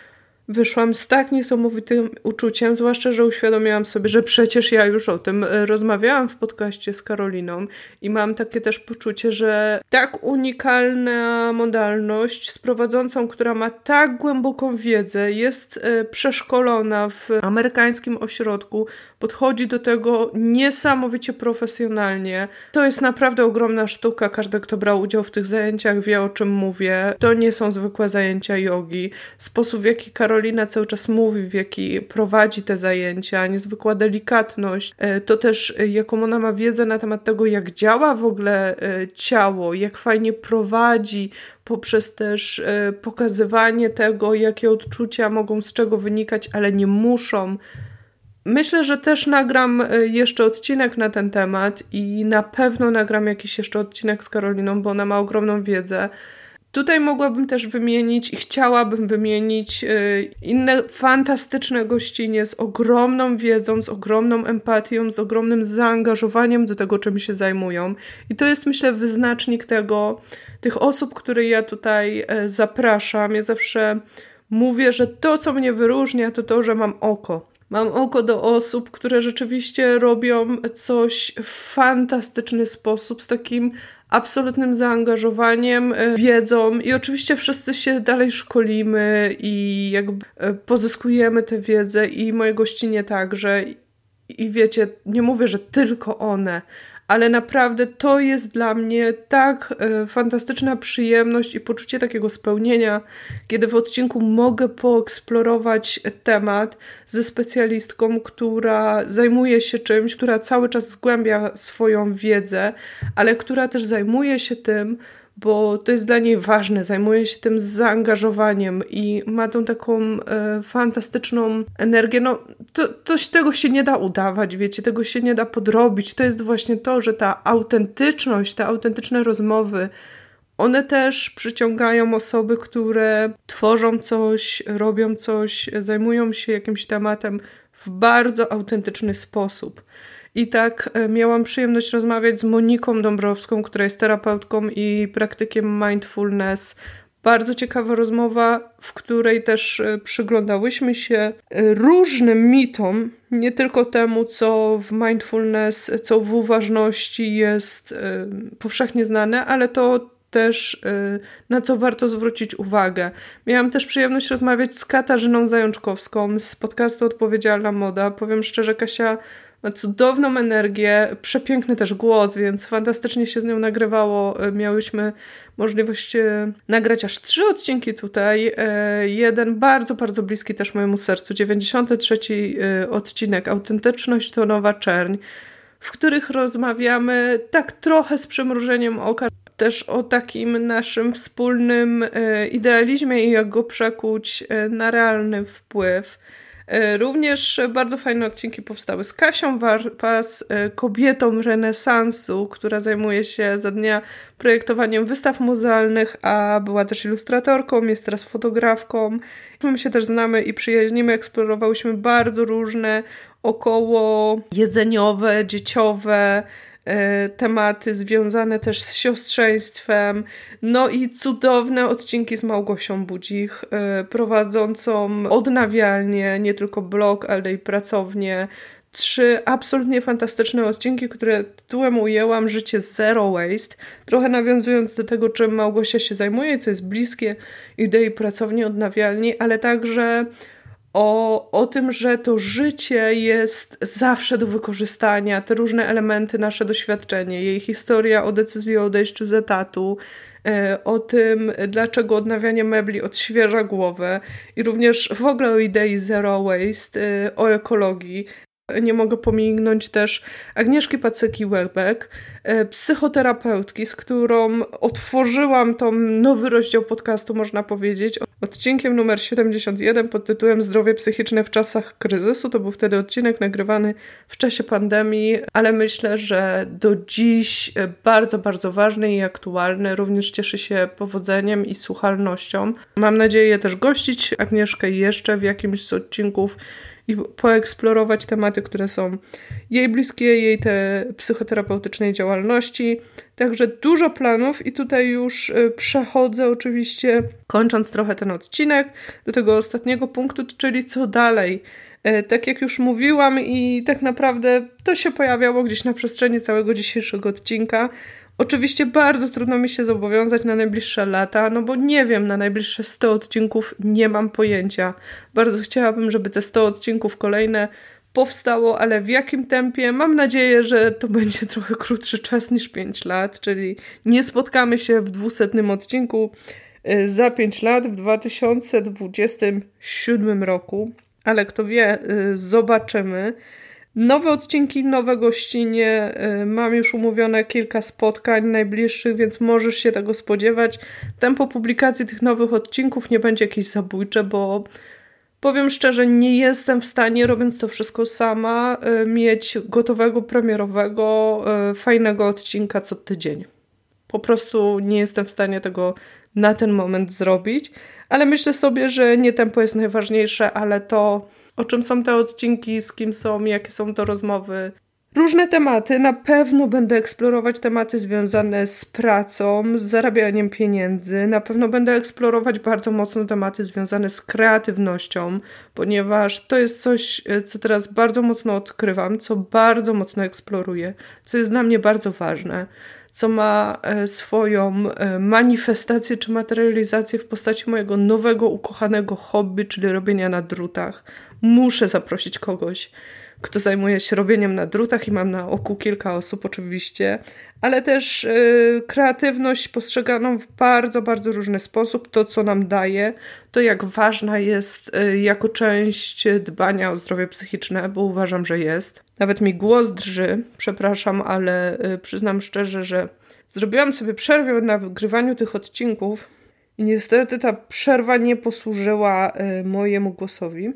Wyszłam z tak niesamowitym uczuciem, zwłaszcza, że uświadomiłam sobie, że przecież ja już o tym rozmawiałam w podcaście z Karoliną i mam takie też poczucie, że tak unikalna modalność z prowadzącą, która ma tak głęboką wiedzę, jest przeszkolona w amerykańskim ośrodku, podchodzi do tego niesamowicie profesjonalnie. To jest naprawdę ogromna sztuka. Każdy, kto brał udział w tych zajęciach, wie, o czym mówię. To nie są zwykłe zajęcia jogi. Sposób, w jaki Karolina cały czas mówi, w jaki prowadzi te zajęcia, niezwykła delikatność, to też jaką ona ma wiedzę na temat tego, jak działa w ogóle ciało, jak fajnie prowadzi, poprzez też pokazywanie tego, jakie odczucia mogą z czego wynikać, ale nie muszą. Myślę, że też nagram jeszcze odcinek na ten temat i na pewno nagram jakiś jeszcze odcinek z Karoliną, bo ona ma ogromną wiedzę. Tutaj mogłabym też wymienić i chciałabym wymienić inne fantastyczne gościnie z ogromną wiedzą, z ogromną empatią, z ogromnym zaangażowaniem do tego, czym się zajmują. I to jest, myślę, wyznacznik tych osób, które ja tutaj zapraszam. Ja zawsze mówię, że to, co mnie wyróżnia, to to, że mam oko. Mam oko do osób, które rzeczywiście robią coś w fantastyczny sposób, z takim absolutnym zaangażowaniem, wiedzą i oczywiście wszyscy się dalej szkolimy i jakby pozyskujemy tę wiedzę i moje gościnie także. I wiecie, nie mówię, że tylko one, ale naprawdę to jest dla mnie tak fantastyczna przyjemność i poczucie takiego spełnienia, kiedy w odcinku mogę poeksplorować temat ze specjalistką, która zajmuje się czymś, która cały czas zgłębia swoją wiedzę, ale która też zajmuje się tym, bo to jest dla niej ważne, zajmuje się tym z zaangażowaniem i ma tą taką fantastyczną energię. No, tego się nie da udawać, wiecie, tego się nie da podrobić. To jest właśnie to, że ta autentyczność, te autentyczne rozmowy, one też przyciągają osoby, które tworzą coś, robią coś, zajmują się jakimś tematem w bardzo autentyczny sposób. I tak miałam przyjemność rozmawiać z Moniką Dąbrowską, która jest terapeutką i praktykiem mindfulness. Bardzo ciekawa rozmowa, w której też przyglądałyśmy się różnym mitom, nie tylko temu, co w mindfulness, co w uważności jest powszechnie znane, ale to też na co warto zwrócić uwagę. Miałam też przyjemność rozmawiać z Katarzyną Zajączkowską z podcastu Odpowiedzialna Moda. Powiem szczerze, Kasia ma cudowną energię, przepiękny też głos, więc fantastycznie się z nią nagrywało. Miałyśmy możliwość nagrać aż 3 odcinki tutaj. Jeden bardzo, bardzo bliski też mojemu sercu. 93 odcinek Autentyczność to nowa czerń, w których rozmawiamy tak trochę z przymrużeniem oka też o takim naszym wspólnym idealizmie i jak go przekuć na realny wpływ. Również bardzo fajne odcinki powstały z Kasią Warpas, kobietą renesansu, która zajmuje się za dnia projektowaniem wystaw muzealnych, a była też ilustratorką, jest teraz fotografką. My się też znamy i przyjaźnimy, eksplorowałyśmy bardzo różne około jedzeniowe, dzieciowe tematy związane też z siostrzeństwem, no i cudowne odcinki z Małgosią Budzich, prowadzącą odnawialnie, nie tylko blog, ale i pracownię. 3 absolutnie fantastyczne odcinki, które tytułem ujęłam Życie Zero Waste, trochę nawiązując do tego, czym Małgosia się zajmuje, co jest bliskie idei pracowni odnawialnej, ale także o tym, że to życie jest zawsze do wykorzystania, te różne elementy, nasze doświadczenie, jej historia o decyzji o odejściu z etatu, o tym, dlaczego odnawianie mebli odświeża głowę i również w ogóle o idei zero waste, o ekologii. Nie mogę pominąć też Agnieszki Pacyki-Łebek, psychoterapeutki, z którą otworzyłam tą nowy rozdział podcastu, można powiedzieć, odcinkiem numer 71 pod tytułem Zdrowie psychiczne w czasach kryzysu. To był wtedy odcinek nagrywany w czasie pandemii, ale myślę, że do dziś bardzo, bardzo ważny i aktualny. Również cieszy się powodzeniem i słuchalnością. Mam nadzieję też gościć Agnieszkę jeszcze w jakimś z odcinków i poeksplorować tematy, które są jej bliskie, jej te psychoterapeutycznej działalności. Także dużo planów i tutaj już przechodzę oczywiście, kończąc trochę ten odcinek, do tego ostatniego punktu, czyli co dalej. Tak jak już mówiłam i tak naprawdę to się pojawiało gdzieś na przestrzeni całego dzisiejszego odcinka. Oczywiście bardzo trudno mi się zobowiązać na najbliższe lata, no bo nie wiem, na najbliższe 100 odcinków nie mam pojęcia. Bardzo chciałabym, żeby te 100 odcinków kolejne powstało, ale w jakim tempie? Mam nadzieję, że to będzie trochę krótszy czas niż 5 lat, czyli nie spotkamy się w 200 odcinku za 5 lat w 2027 roku, ale kto wie, zobaczymy. Nowe odcinki, nowe gościnie, mam już umówione kilka spotkań najbliższych, więc możesz się tego spodziewać. Tempo publikacji tych nowych odcinków nie będzie jakieś zabójcze, bo powiem szczerze, nie jestem w stanie, robiąc to wszystko sama, mieć gotowego, premierowego, fajnego odcinka co tydzień. Po prostu nie jestem w stanie tego na ten moment zrobić, ale myślę sobie, że nie tempo jest najważniejsze, ale to, o czym są te odcinki, z kim są, jakie są to rozmowy. Różne tematy, na pewno będę eksplorować tematy związane z pracą, z zarabianiem pieniędzy, na pewno będę eksplorować bardzo mocno tematy związane z kreatywnością, ponieważ to jest coś, co teraz bardzo mocno odkrywam, co bardzo mocno eksploruję, co jest dla mnie bardzo ważne, co ma swoją manifestację czy materializację w postaci mojego nowego, ukochanego hobby, czyli robienia na drutach. Muszę zaprosić kogoś, kto zajmuje się robieniem na drutach i mam na oku kilka osób oczywiście, ale też kreatywność postrzeganą w bardzo, bardzo różny sposób, to co nam daje, to jak ważna jest jako część dbania o zdrowie psychiczne, bo uważam, że jest. Nawet mi głos drży, przepraszam, ale przyznam szczerze, że zrobiłam sobie przerwę na wygrywaniu tych odcinków i niestety ta przerwa nie posłużyła mojemu głosowi.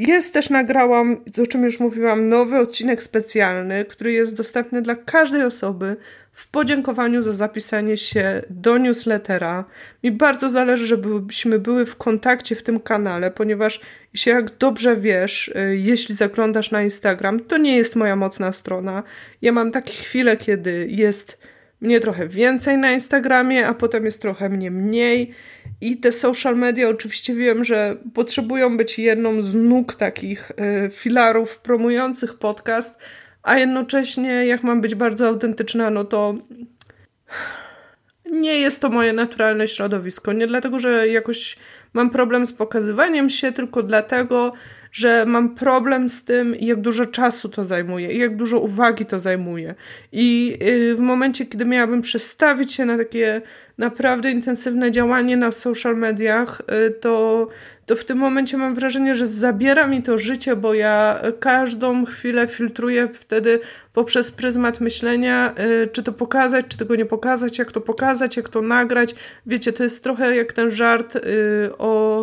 Nagrałam, o czym już mówiłam, nowy odcinek specjalny, który jest dostępny dla każdej osoby w podziękowaniu za zapisanie się do newslettera. Mi bardzo zależy, żebyśmy były w kontakcie w tym kanale, ponieważ jak dobrze wiesz, jeśli zaglądasz na Instagram, to nie jest moja mocna strona. Ja mam takie chwile, kiedy jest mnie trochę więcej na Instagramie, a potem jest trochę mnie mniej. I te social media oczywiście wiem, że potrzebują być jedną z nóg takich filarów promujących podcast, a jednocześnie jak mam być bardzo autentyczna, no to nie jest to moje naturalne środowisko. Nie dlatego, że jakoś mam problem z pokazywaniem się, tylko dlatego, że mam problem z tym, jak dużo czasu to zajmuje i jak dużo uwagi to zajmuje. I w momencie, kiedy miałabym przestawić się na takie naprawdę intensywne działanie na social mediach, to w tym momencie mam wrażenie, że zabiera mi to życie, bo ja każdą chwilę filtruję wtedy poprzez pryzmat myślenia, czy to pokazać, czy tego nie pokazać, jak to pokazać, jak to nagrać. Wiecie, to jest trochę jak ten żart o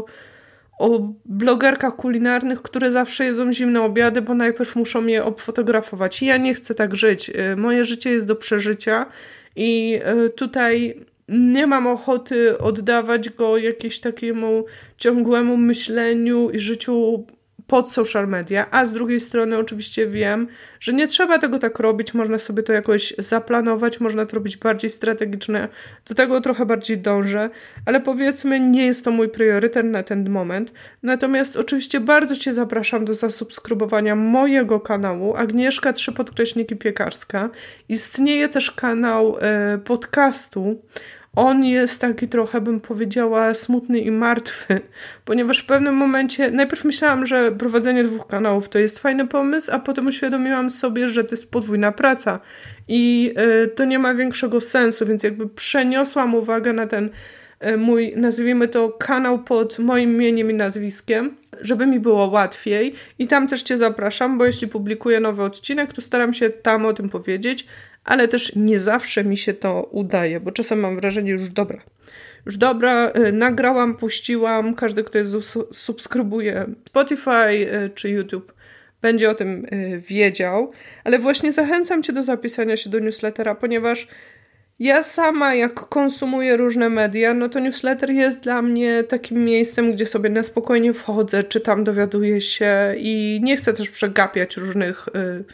blogerkach kulinarnych, które zawsze jedzą zimne obiady, bo najpierw muszą je obfotografować. Ja nie chcę tak żyć. Moje życie jest do przeżycia i tutaj nie mam ochoty oddawać go jakiemuś takiemu ciągłemu myśleniu i życiu pod social media, a z drugiej strony oczywiście wiem, że nie trzeba tego tak robić, można sobie to jakoś zaplanować, można to robić bardziej strategiczne, do tego trochę bardziej dążę, ale powiedzmy nie jest to mój priorytet na ten moment, natomiast oczywiście bardzo Cię zapraszam do zasubskrybowania mojego kanału Agnieszka Piekarska. Istnieje też kanał podcastu. On jest taki trochę, bym powiedziała, smutny i martwy, ponieważ w pewnym momencie, najpierw myślałam, że prowadzenie 2 kanałów to jest fajny pomysł, a potem uświadomiłam sobie, że to jest podwójna praca i to nie ma większego sensu, więc jakby przeniosłam uwagę na ten mój, nazwijmy to, kanał pod moim imieniem i nazwiskiem, żeby mi było łatwiej i tam też Cię zapraszam, bo jeśli publikuję nowy odcinek, to staram się tam o tym powiedzieć, ale też nie zawsze mi się to udaje, bo czasem mam wrażenie, już dobra, nagrałam, puściłam, każdy, kto jest subskrybuje Spotify czy YouTube, będzie o tym wiedział, ale właśnie zachęcam Cię do zapisania się do newslettera, ponieważ Ja sama, jak konsumuję różne media, no to newsletter jest dla mnie takim miejscem, gdzie sobie na spokojnie wchodzę, czytam, dowiaduję się i nie chcę też przegapiać różnych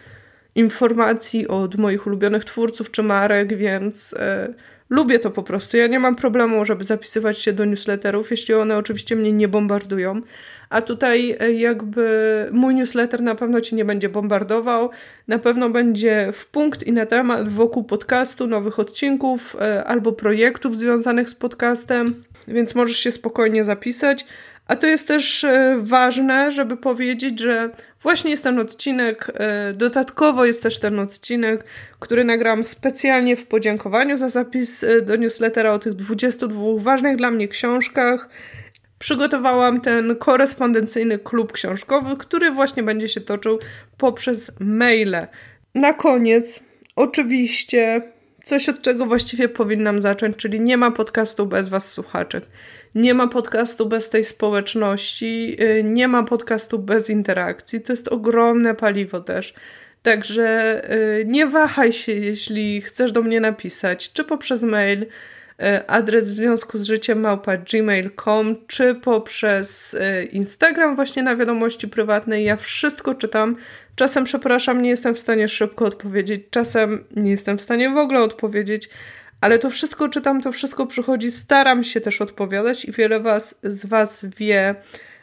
informacji od moich ulubionych twórców czy marek, więc lubię to po prostu. Ja nie mam problemu, żeby zapisywać się do newsletterów, jeśli one oczywiście mnie nie bombardują. A tutaj jakby mój newsletter na pewno cię nie będzie bombardował, na pewno będzie w punkt i na temat wokół podcastu, nowych odcinków albo projektów związanych z podcastem, więc możesz się spokojnie zapisać. A to jest też ważne, żeby powiedzieć, że właśnie jest ten odcinek, dodatkowo jest też ten odcinek, który nagrałam specjalnie w podziękowaniu za zapis do newslettera o tych 22 ważnych dla mnie książkach. Przygotowałam ten korespondencyjny klub książkowy, który właśnie będzie się toczył poprzez maile. Na koniec, oczywiście, coś od czego właściwie powinnam zacząć, czyli nie ma podcastu bez was, słuchaczek. Nie ma podcastu bez tej społeczności, nie ma podcastu bez interakcji. To jest ogromne paliwo też. Także nie wahaj się, jeśli chcesz do mnie napisać, czy poprzez mail, adres w związku z życiem @gmail.com, czy poprzez Instagram właśnie na wiadomości prywatnej. Ja wszystko czytam. Czasem, przepraszam, nie jestem w stanie szybko odpowiedzieć, czasem nie jestem w stanie w ogóle odpowiedzieć, ale to wszystko czytam, to wszystko przychodzi, staram się też odpowiadać i wiele z was wie,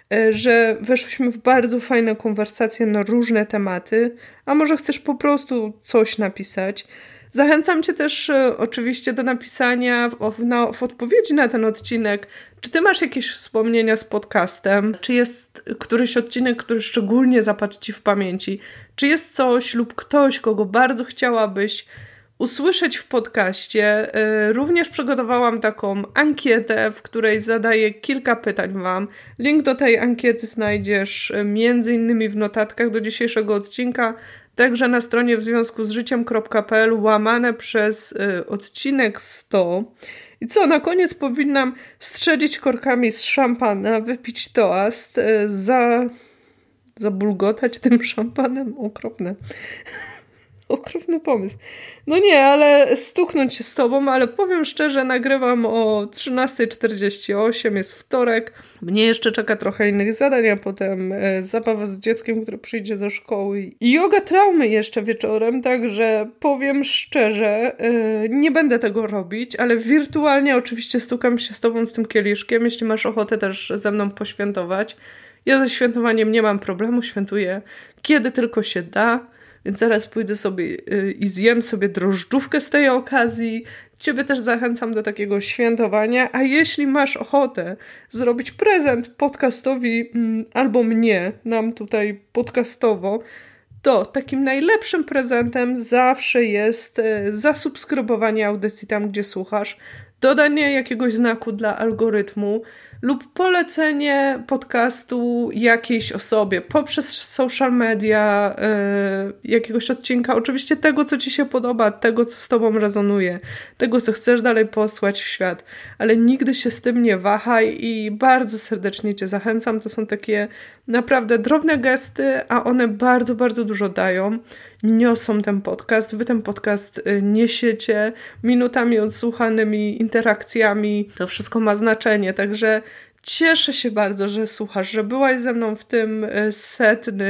że weszłyśmy w bardzo fajne konwersacje na różne tematy, a może chcesz po prostu coś napisać. Zachęcam cię też oczywiście do napisania w odpowiedzi na ten odcinek, czy ty masz jakieś wspomnienia z podcastem, czy jest któryś odcinek, który szczególnie zapadł ci w pamięci, czy jest coś lub ktoś, kogo bardzo chciałabyś usłyszeć w podcaście. Również przygotowałam taką ankietę, w której zadaję kilka pytań wam. Link do tej ankiety znajdziesz m.in. w notatkach do dzisiejszego odcinka, także na stronie w związku z życiem.pl /odcinek 100. I co, na koniec powinnam strzelić korkami z szampana, wypić toast, zabulgotać tym szampanem. Okropne. Okropny pomysł. No nie, ale stuknąć się z tobą, ale powiem szczerze, nagrywam o 13:48, jest wtorek. Mnie jeszcze czeka trochę innych zadań, a potem zabawa z dzieckiem, które przyjdzie ze szkoły i yoga traumy jeszcze wieczorem, także powiem szczerze, nie będę tego robić, ale wirtualnie oczywiście stukam się z tobą z tym kieliszkiem, jeśli masz ochotę też ze mną poświętować. Ja ze świętowaniem nie mam problemu, świętuję kiedy tylko się da. Więc zaraz pójdę sobie i zjem sobie drożdżówkę z tej okazji. Ciebie też zachęcam do takiego świętowania. A jeśli masz ochotę zrobić prezent podcastowi albo mnie, nam tutaj podcastowo, to takim najlepszym prezentem zawsze jest zasubskrybowanie audycji tam, gdzie słuchasz, dodanie jakiegoś znaku dla algorytmu lub polecenie podcastu jakiejś osobie poprzez social media, jakiegoś odcinka, oczywiście tego, co ci się podoba, tego, co z tobą rezonuje, tego, co chcesz dalej posłać w świat, ale nigdy się z tym nie wahaj i bardzo serdecznie cię zachęcam. To są takie naprawdę drobne gesty, a one bardzo, bardzo dużo dają. Niosą ten podcast, wy ten podcast niesiecie minutami odsłuchanymi, interakcjami, to wszystko ma znaczenie, także cieszę się bardzo, że słuchasz, że byłaś ze mną w tym 100.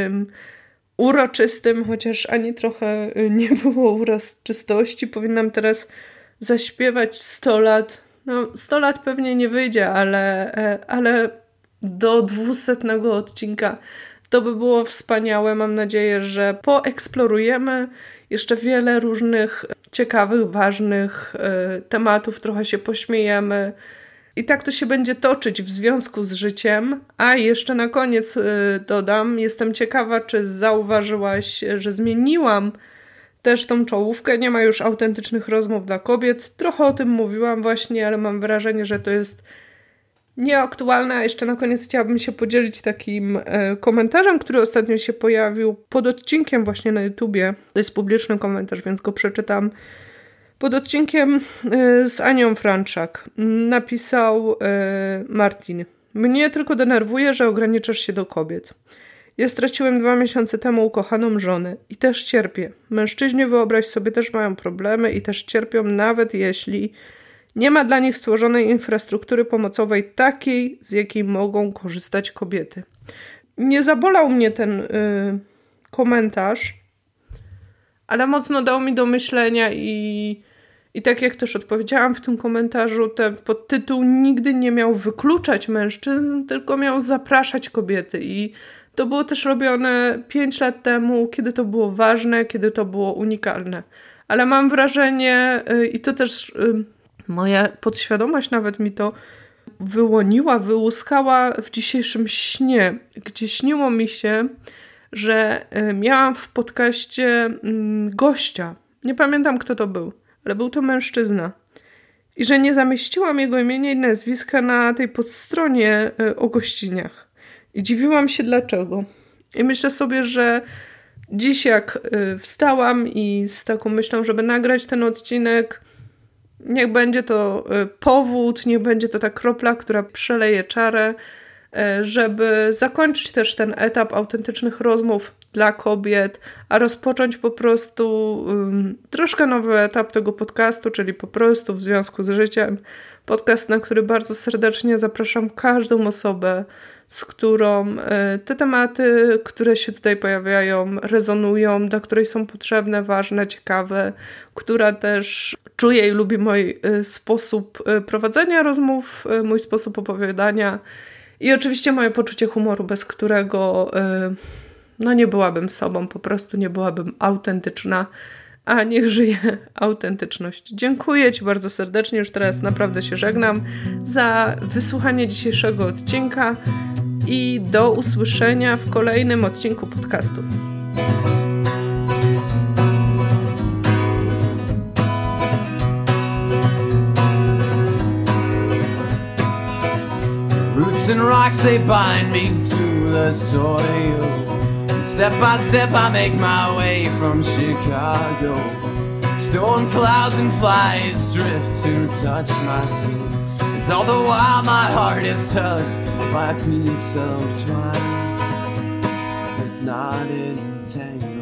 uroczystym, chociaż ani trochę nie było uroczystości. Powinnam teraz zaśpiewać 100 lat. No 100 lat pewnie nie wyjdzie, ale do 200 odcinka to by było wspaniałe. Mam nadzieję, że poeksplorujemy jeszcze wiele różnych ciekawych, ważnych tematów, trochę się pośmiejemy. I tak to się będzie toczyć w związku z życiem. A jeszcze na koniec dodam, jestem ciekawa, czy zauważyłaś, że zmieniłam też tą czołówkę. Nie ma już autentycznych rozmów dla kobiet. Trochę o tym mówiłam właśnie, ale mam wrażenie, że to jest nieaktualne. A jeszcze na koniec chciałabym się podzielić takim komentarzem, który ostatnio się pojawił pod odcinkiem właśnie na YouTubie. To jest publiczny komentarz, więc go przeczytam. Pod odcinkiem z Anią Franczak napisał Martin: mnie tylko denerwuje, że ograniczasz się do kobiet. Ja straciłem 2 miesiące temu ukochaną żonę i też cierpię. Mężczyźni, wyobraź sobie, też mają problemy i też cierpią, nawet jeśli nie ma dla nich stworzonej infrastruktury pomocowej takiej, z jakiej mogą korzystać kobiety. Nie zabolał mnie ten komentarz, ale mocno dał mi do myślenia i tak jak też odpowiedziałam w tym komentarzu, ten podtytuł nigdy nie miał wykluczać mężczyzn, tylko miał zapraszać kobiety. I to było też robione 5 lat temu, kiedy to było ważne, kiedy to było unikalne. Ale mam wrażenie, i to też moja podświadomość nawet mi to wyłoniła, wyłuskała w dzisiejszym śnie, gdzie śniło mi się, że miałam w podcaście gościa. Nie pamiętam, kto to był, ale był to mężczyzna. I że nie zamieściłam jego imienia i nazwiska na tej podstronie o gościniach. I dziwiłam się dlaczego. I myślę sobie, że dziś jak wstałam i z taką myślą, żeby nagrać ten odcinek, niech będzie to powód, niech będzie to ta kropla, która przeleje czarę, żeby zakończyć też ten etap autentycznych rozmów dla kobiet, a rozpocząć po prostu troszkę nowy etap tego podcastu, czyli po prostu w związku z życiem. Podcast, na który bardzo serdecznie zapraszam każdą osobę, z którą te tematy, które się tutaj pojawiają, rezonują, dla której są potrzebne, ważne, ciekawe, która też czuje i lubi mój sposób prowadzenia rozmów, mój sposób opowiadania i oczywiście moje poczucie humoru, bez którego nie byłabym sobą, po prostu nie byłabym autentyczna, a niech żyje autentyczność. Dziękuję Ci bardzo serdecznie, już teraz naprawdę się żegnam za wysłuchanie dzisiejszego odcinka i do usłyszenia w kolejnym odcinku podcastu. Roots and rocks, they bind me to the soil. And step by step I make my way from Chicago. Storm clouds and flies drift to touch my skin. And all the while my heart is touched by a piece of twine. It's not entangled.